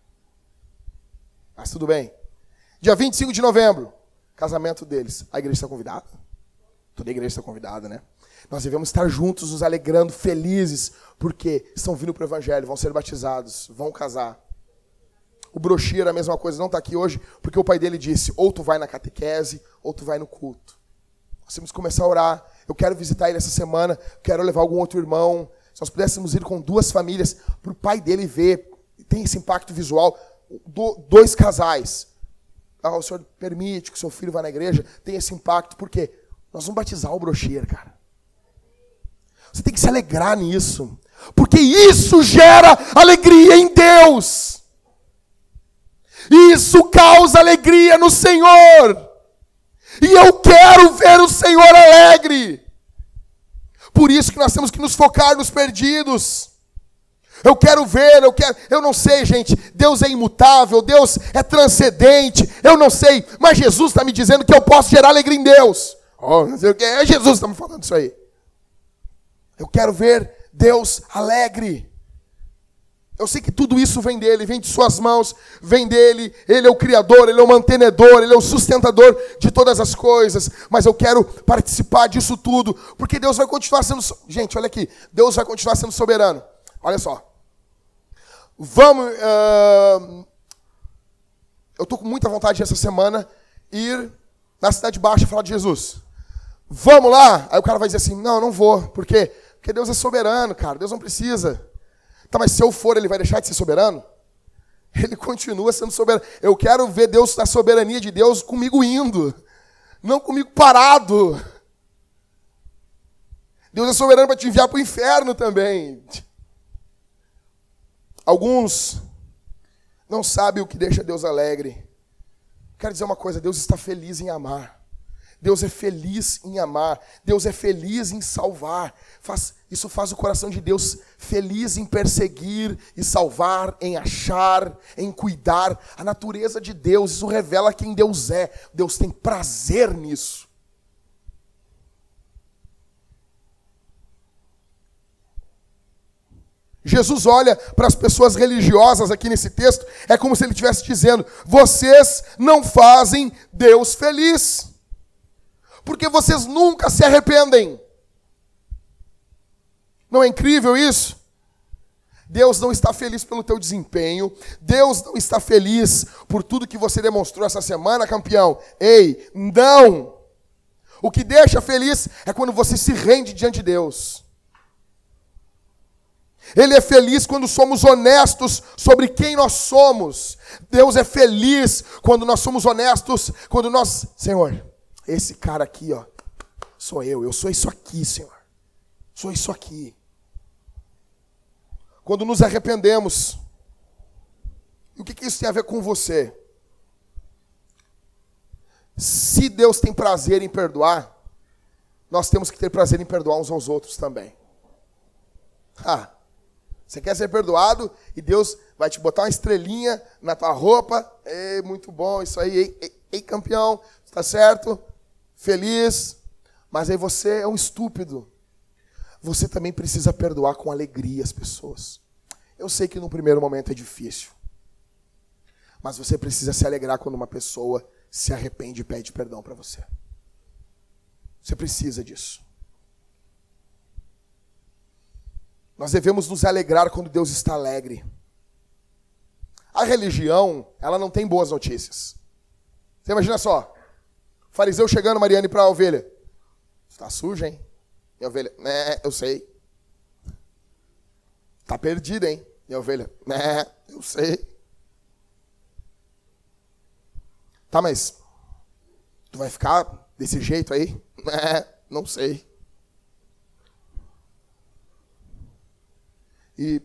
Mas tudo bem. Dia 25 de novembro, casamento deles. A igreja está convidada? Toda a igreja está convidada, né? Nós devemos estar juntos, nos alegrando, felizes, porque estão vindo para o evangelho, vão ser batizados, vão casar. O brocheiro, a mesma coisa, não está aqui hoje, porque o pai dele disse, ou tu vai na catequese, ou tu vai no culto. Nós temos que começar a orar. Eu quero visitar ele essa semana, quero levar algum outro irmão. Se nós pudéssemos ir com 2 famílias, para o pai dele ver, tem esse impacto visual, 2 casais. O senhor permite que o seu filho vá na igreja, tem esse impacto, por quê? Nós vamos batizar o brocheiro, cara. Você tem que se alegrar nisso, porque isso gera alegria em Deus. Isso causa alegria no Senhor. E eu quero ver o Senhor alegre. Por isso que nós temos que nos focar nos perdidos. Eu não sei, gente, Deus é imutável, Deus é transcendente, eu não sei, mas Jesus está me dizendo que eu posso gerar alegria em Deus. Não sei o que, é Jesus que está me falando isso aí. Eu quero ver Deus alegre. Eu sei que tudo isso vem dele, vem de suas mãos, vem dele. Ele é o criador, ele é o mantenedor, ele é o sustentador de todas as coisas. Mas eu quero participar disso tudo, porque Deus vai continuar sendo... Gente, olha aqui, Deus vai continuar sendo soberano. Olha só. Vamos... Eu estou com muita vontade essa semana ir na Cidade Baixa falar de Jesus. Vamos lá? Aí o cara vai dizer assim, não vou. Por quê? Porque Deus é soberano, cara, Deus não precisa. Tá, mas se eu for, ele vai deixar de ser soberano? Ele continua sendo soberano. Eu quero ver Deus, a soberania de Deus comigo indo, não comigo parado. Deus é soberano para te enviar para o inferno também. Alguns não sabem o que deixa Deus alegre. Quero dizer uma coisa, Deus está feliz em amar. Deus é feliz em amar. Deus é feliz em salvar. Isso faz o coração de Deus feliz em perseguir e salvar, em achar, em cuidar. A natureza de Deus, isso revela quem Deus é. Deus tem prazer nisso. Jesus olha para as pessoas religiosas aqui nesse texto, é como se ele estivesse dizendo, vocês não fazem Deus feliz. Porque vocês nunca se arrependem. Não é incrível isso? Deus não está feliz pelo teu desempenho. Deus não está feliz por tudo que você demonstrou essa semana, campeão. Ei, não! O que deixa feliz é quando você se rende diante de Deus. Ele é feliz quando somos honestos sobre quem nós somos. Deus é feliz quando nós somos honestos, quando nós... Senhor, esse cara aqui, ó, sou eu sou isso aqui, Senhor. Sou isso aqui. Quando nos arrependemos, e o que isso tem a ver com você? Se Deus tem prazer em perdoar, nós temos que ter prazer em perdoar uns aos outros também. Você quer ser perdoado e Deus vai te botar uma estrelinha na tua roupa. Ei, muito bom, isso aí. Ei, campeão, tá certo? Feliz. Mas aí você é um estúpido. Você também precisa perdoar com alegria as pessoas. Eu sei que no primeiro momento é difícil. Mas você precisa se alegrar quando uma pessoa se arrepende e pede perdão para você. Você precisa disso. Nós devemos nos alegrar quando Deus está alegre. A religião, ela não tem boas notícias. Você imagina só. O fariseu chegando, Mariane, para a ovelha. Está suja, hein? E a ovelha, né, eu sei. Está perdida, hein? E a ovelha, né, eu sei. Tá, mas tu vai ficar desse jeito aí? Né, não sei. E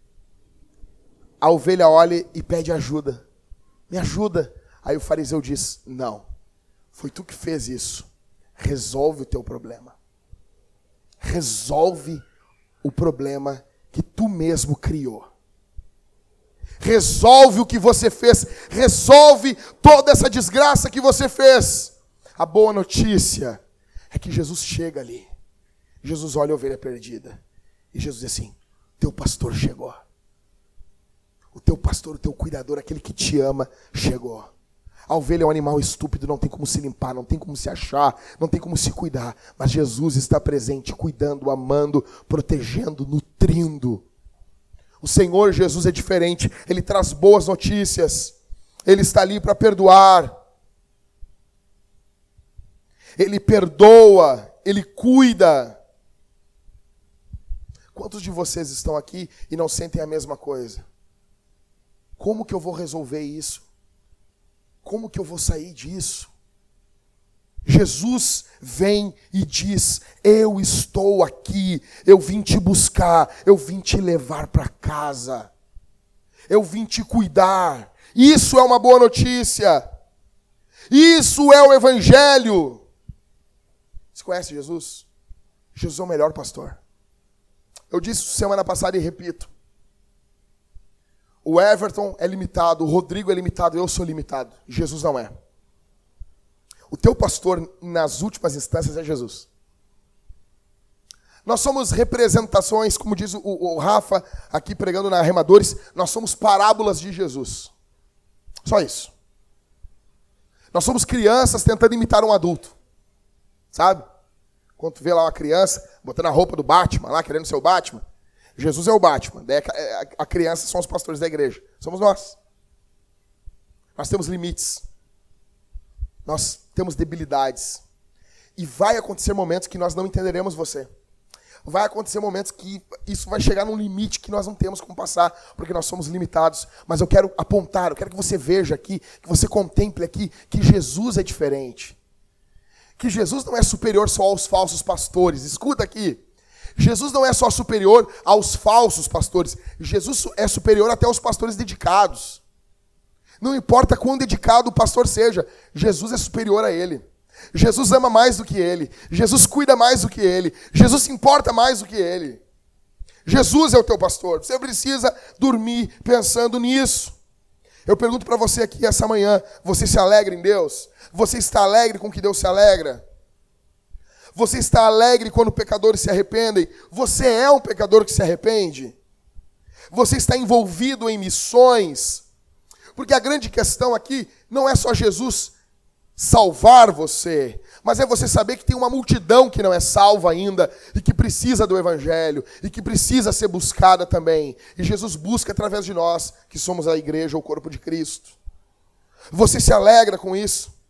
a ovelha olha e pede ajuda. Me ajuda. Aí o fariseu diz, não, foi tu que fez isso. Resolve o teu problema. Resolve o problema que tu mesmo criou. Resolve o que você fez. Resolve toda essa desgraça que você fez. A boa notícia é que Jesus chega ali. Jesus olha a ovelha perdida. E Jesus diz assim, teu pastor chegou. O teu pastor, o teu cuidador, aquele que te ama, chegou. A ovelha é um animal estúpido, não tem como se limpar, não tem como se achar, não tem como se cuidar. Mas Jesus está presente, cuidando, amando, protegendo, nutrindo. O Senhor Jesus é diferente, Ele traz boas notícias. Ele está ali para perdoar. Ele perdoa, Ele cuida. Quantos de vocês estão aqui e não sentem a mesma coisa? Como que eu vou resolver isso? Como que eu vou sair disso? Jesus vem e diz, eu estou aqui, eu vim te buscar, eu vim te levar para casa, eu vim te cuidar. Isso é uma boa notícia. Isso é o Evangelho. Você conhece Jesus? Jesus é o melhor pastor. Eu disse semana passada e repito. O Everton é limitado, o Rodrigo é limitado, eu sou limitado. Jesus não é. O teu pastor, nas últimas instâncias, é Jesus. Nós somos representações, como diz o Rafa, aqui pregando na Remadores, nós somos parábolas de Jesus. Só isso. Nós somos crianças tentando imitar um adulto. Sabe? Quando tu vê lá uma criança, botando a roupa do Batman, lá querendo ser o Batman. Jesus é o Batman, daí a criança são os pastores da igreja. Somos nós. Nós temos limites. Nós temos debilidades. E vai acontecer momentos que nós não entenderemos você. Vai acontecer momentos que isso vai chegar num limite que nós não temos como passar, porque nós somos limitados. Mas eu quero apontar, eu quero que você veja aqui, que você contemple aqui, que Jesus é diferente. Que Jesus não é superior só aos falsos pastores. Escuta aqui. Jesus não é só superior aos falsos pastores. Jesus é superior até aos pastores dedicados. Não importa quão dedicado o pastor seja, Jesus é superior a ele. Jesus ama mais do que ele. Jesus cuida mais do que ele. Jesus se importa mais do que ele. Jesus é o teu pastor. Você precisa dormir pensando nisso. Eu pergunto para você aqui essa manhã, você se alegra em Deus? Você está alegre com que Deus se alegra? Você está alegre quando pecadores se arrependem? Você é um pecador que se arrepende? Você está envolvido em missões? Porque a grande questão aqui não é só Jesus salvar você, mas é você saber que tem uma multidão que não é salva ainda e que precisa do Evangelho e que precisa ser buscada também. E Jesus busca através de nós, que somos a igreja, o corpo de Cristo. Você se alegra com isso?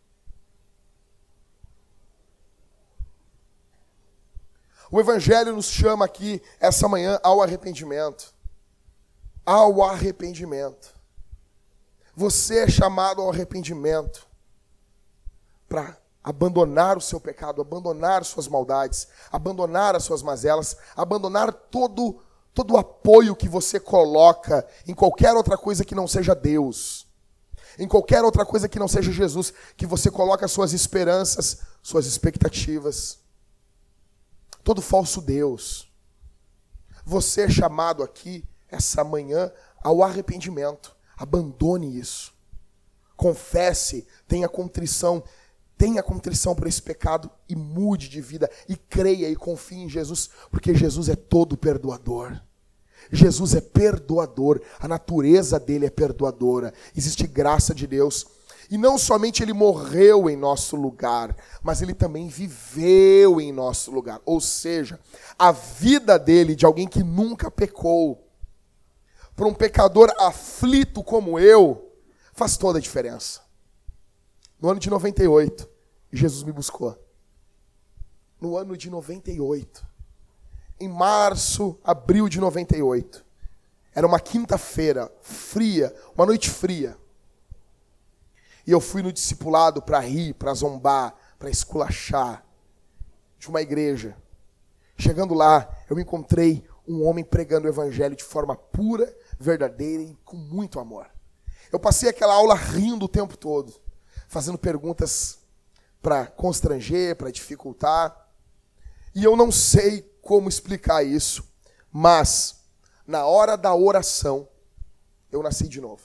O Evangelho nos chama aqui, essa manhã, ao arrependimento. Ao arrependimento. Você é chamado ao arrependimento para abandonar o seu pecado, abandonar suas maldades, abandonar as suas mazelas, abandonar todo o apoio que você coloca em qualquer outra coisa que não seja Deus, em qualquer outra coisa que não seja Jesus, que você coloca suas esperanças, suas expectativas. Todo falso Deus. Você é chamado aqui essa manhã ao arrependimento. Abandone isso. Confesse, tenha contrição por esse pecado e mude de vida. E creia e confie em Jesus, porque Jesus é todo perdoador. Jesus é perdoador, a natureza dele é perdoadora. Existe graça de Deus. E não somente ele morreu em nosso lugar, mas ele também viveu em nosso lugar. Ou seja, a vida dele, de alguém que nunca pecou, para um pecador aflito como eu, faz toda a diferença. No ano de 98, Jesus me buscou. No ano de 98, em março, abril de 98, era uma quinta-feira fria, uma noite fria. E eu fui no discipulado para rir, para zombar, para esculachar de uma igreja. Chegando lá, eu me encontrei um homem pregando o evangelho de forma pura, verdadeira e com muito amor. Eu passei aquela aula rindo o tempo todo, fazendo perguntas para constranger, para dificultar. E eu não sei como explicar isso, mas na hora da oração, eu nasci de novo.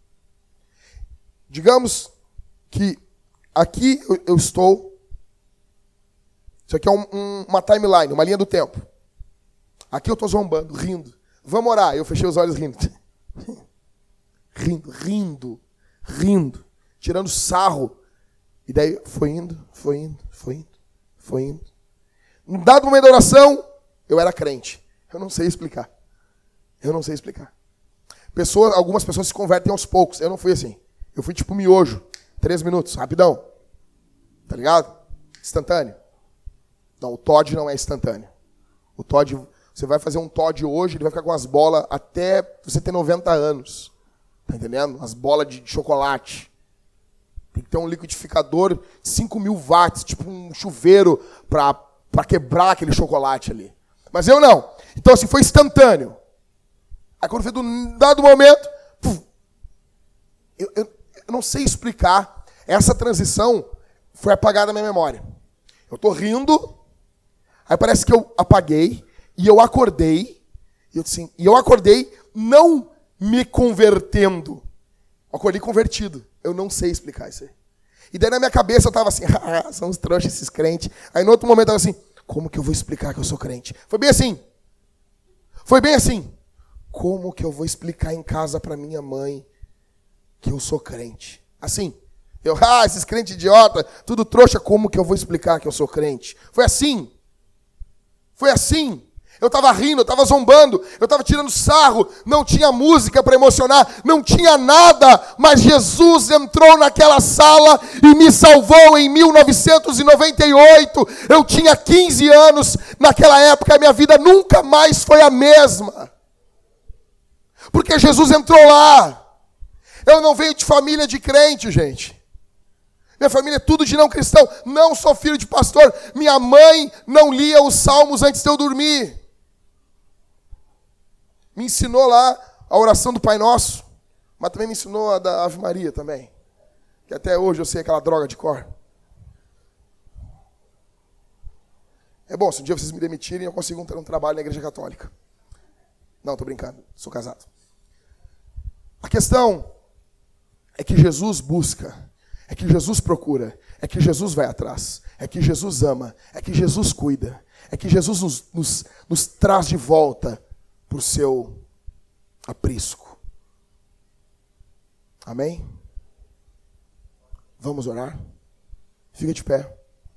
Digamos que aqui eu estou, isso aqui é uma timeline, uma linha do tempo. Aqui eu estou zombando, rindo. Vamos orar. Eu fechei os olhos rindo. Rindo. Tirando sarro. E daí foi indo. Num dado momento da oração, eu era crente. Eu não sei explicar. Algumas pessoas se convertem aos poucos. Eu não fui assim. Eu fui tipo miojo. 3 minutos, rapidão. Tá ligado? Instantâneo. Não, o Todd não é instantâneo. O Todd, você vai fazer um Todd hoje, ele vai ficar com as bolas até você ter 90 anos. Tá entendendo? As bolas de chocolate. Tem que ter um liquidificador de 5.000 watts, tipo um chuveiro para quebrar aquele chocolate ali. Mas eu não. Então assim, foi instantâneo. Aí quando foi do dado momento, eu não sei explicar. Essa transição foi apagada da minha memória. Eu tô rindo, aí parece que eu apaguei, e eu acordei, e eu acordei não me convertendo. Eu acordei convertido. Eu não sei explicar isso aí. E daí na minha cabeça eu tava assim, são uns trouxas esses crentes. Aí no outro momento eu tava assim, como que eu vou explicar que eu sou crente? Foi bem assim. Como que eu vou explicar em casa para minha mãe que eu sou crente? Assim. Esses crentes idiota, tudo trouxa, como que eu vou explicar que eu sou crente? Foi assim. Eu estava rindo, eu estava zombando, eu estava tirando sarro, não tinha música para emocionar, não tinha nada, mas Jesus entrou naquela sala e me salvou em 1998. Eu tinha 15 anos, naquela época a minha vida nunca mais foi a mesma. Porque Jesus entrou lá. Eu não venho de família de crente, gente. Minha família é tudo de não cristão. Não sou filho de pastor. Minha mãe não lia os salmos antes de eu dormir. Me ensinou lá a oração do Pai Nosso. Mas também me ensinou a da Ave Maria também. Que até hoje eu sei aquela droga de cor. É bom, se um dia vocês me demitirem, eu consigo um trabalho na igreja católica. Não, estou brincando. Sou casado. A questão é que Jesus busca. É que Jesus procura, é que Jesus vai atrás, é que Jesus ama, é que Jesus cuida, é que Jesus nos traz de volta para o seu aprisco. Amém? Vamos orar? Fica de pé.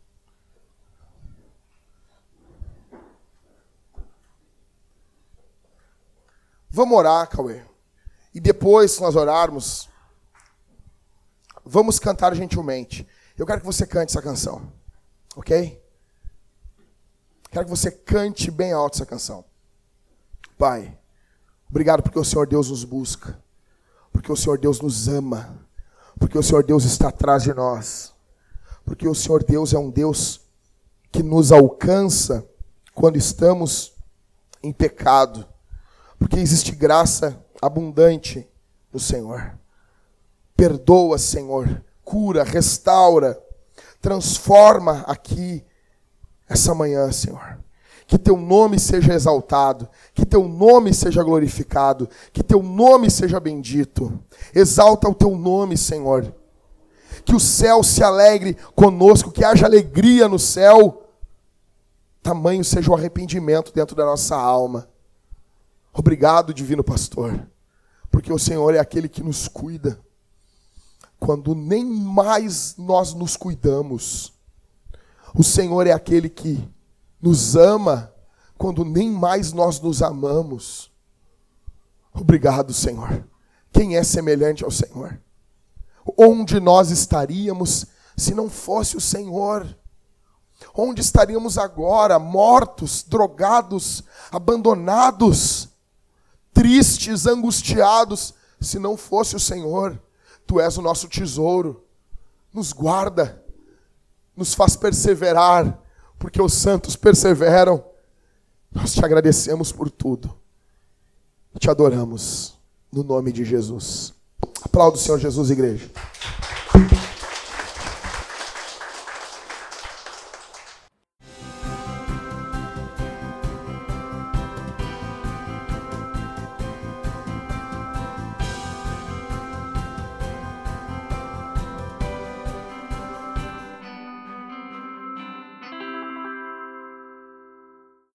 Vamos orar, Cauê. E depois que nós orarmos, vamos cantar gentilmente. Eu quero que você cante essa canção. Ok? Quero que você cante bem alto essa canção. Pai, obrigado porque o Senhor Deus nos busca. Porque o Senhor Deus nos ama. Porque o Senhor Deus está atrás de nós. Porque o Senhor Deus é um Deus que nos alcança quando estamos em pecado. Porque existe graça abundante no Senhor. Perdoa, Senhor, cura, restaura, transforma aqui essa manhã, Senhor. Que teu nome seja exaltado, que teu nome seja glorificado, que teu nome seja bendito. Exalta o teu nome, Senhor. Que o céu se alegre conosco, que haja alegria no céu. Tamanho seja o arrependimento dentro da nossa alma. Obrigado, divino pastor, porque o Senhor é aquele que nos cuida quando nem mais nós nos cuidamos. O Senhor é aquele que nos ama quando nem mais nós nos amamos. Obrigado, Senhor. Quem é semelhante ao Senhor? Onde nós estaríamos se não fosse o Senhor? Onde estaríamos agora, mortos, drogados, abandonados, tristes, angustiados, se não fosse o Senhor? Tu és o nosso tesouro, nos guarda, nos faz perseverar, porque os santos perseveram. Nós te agradecemos por tudo, te adoramos, no nome de Jesus. Aplauda o Senhor Jesus, igreja.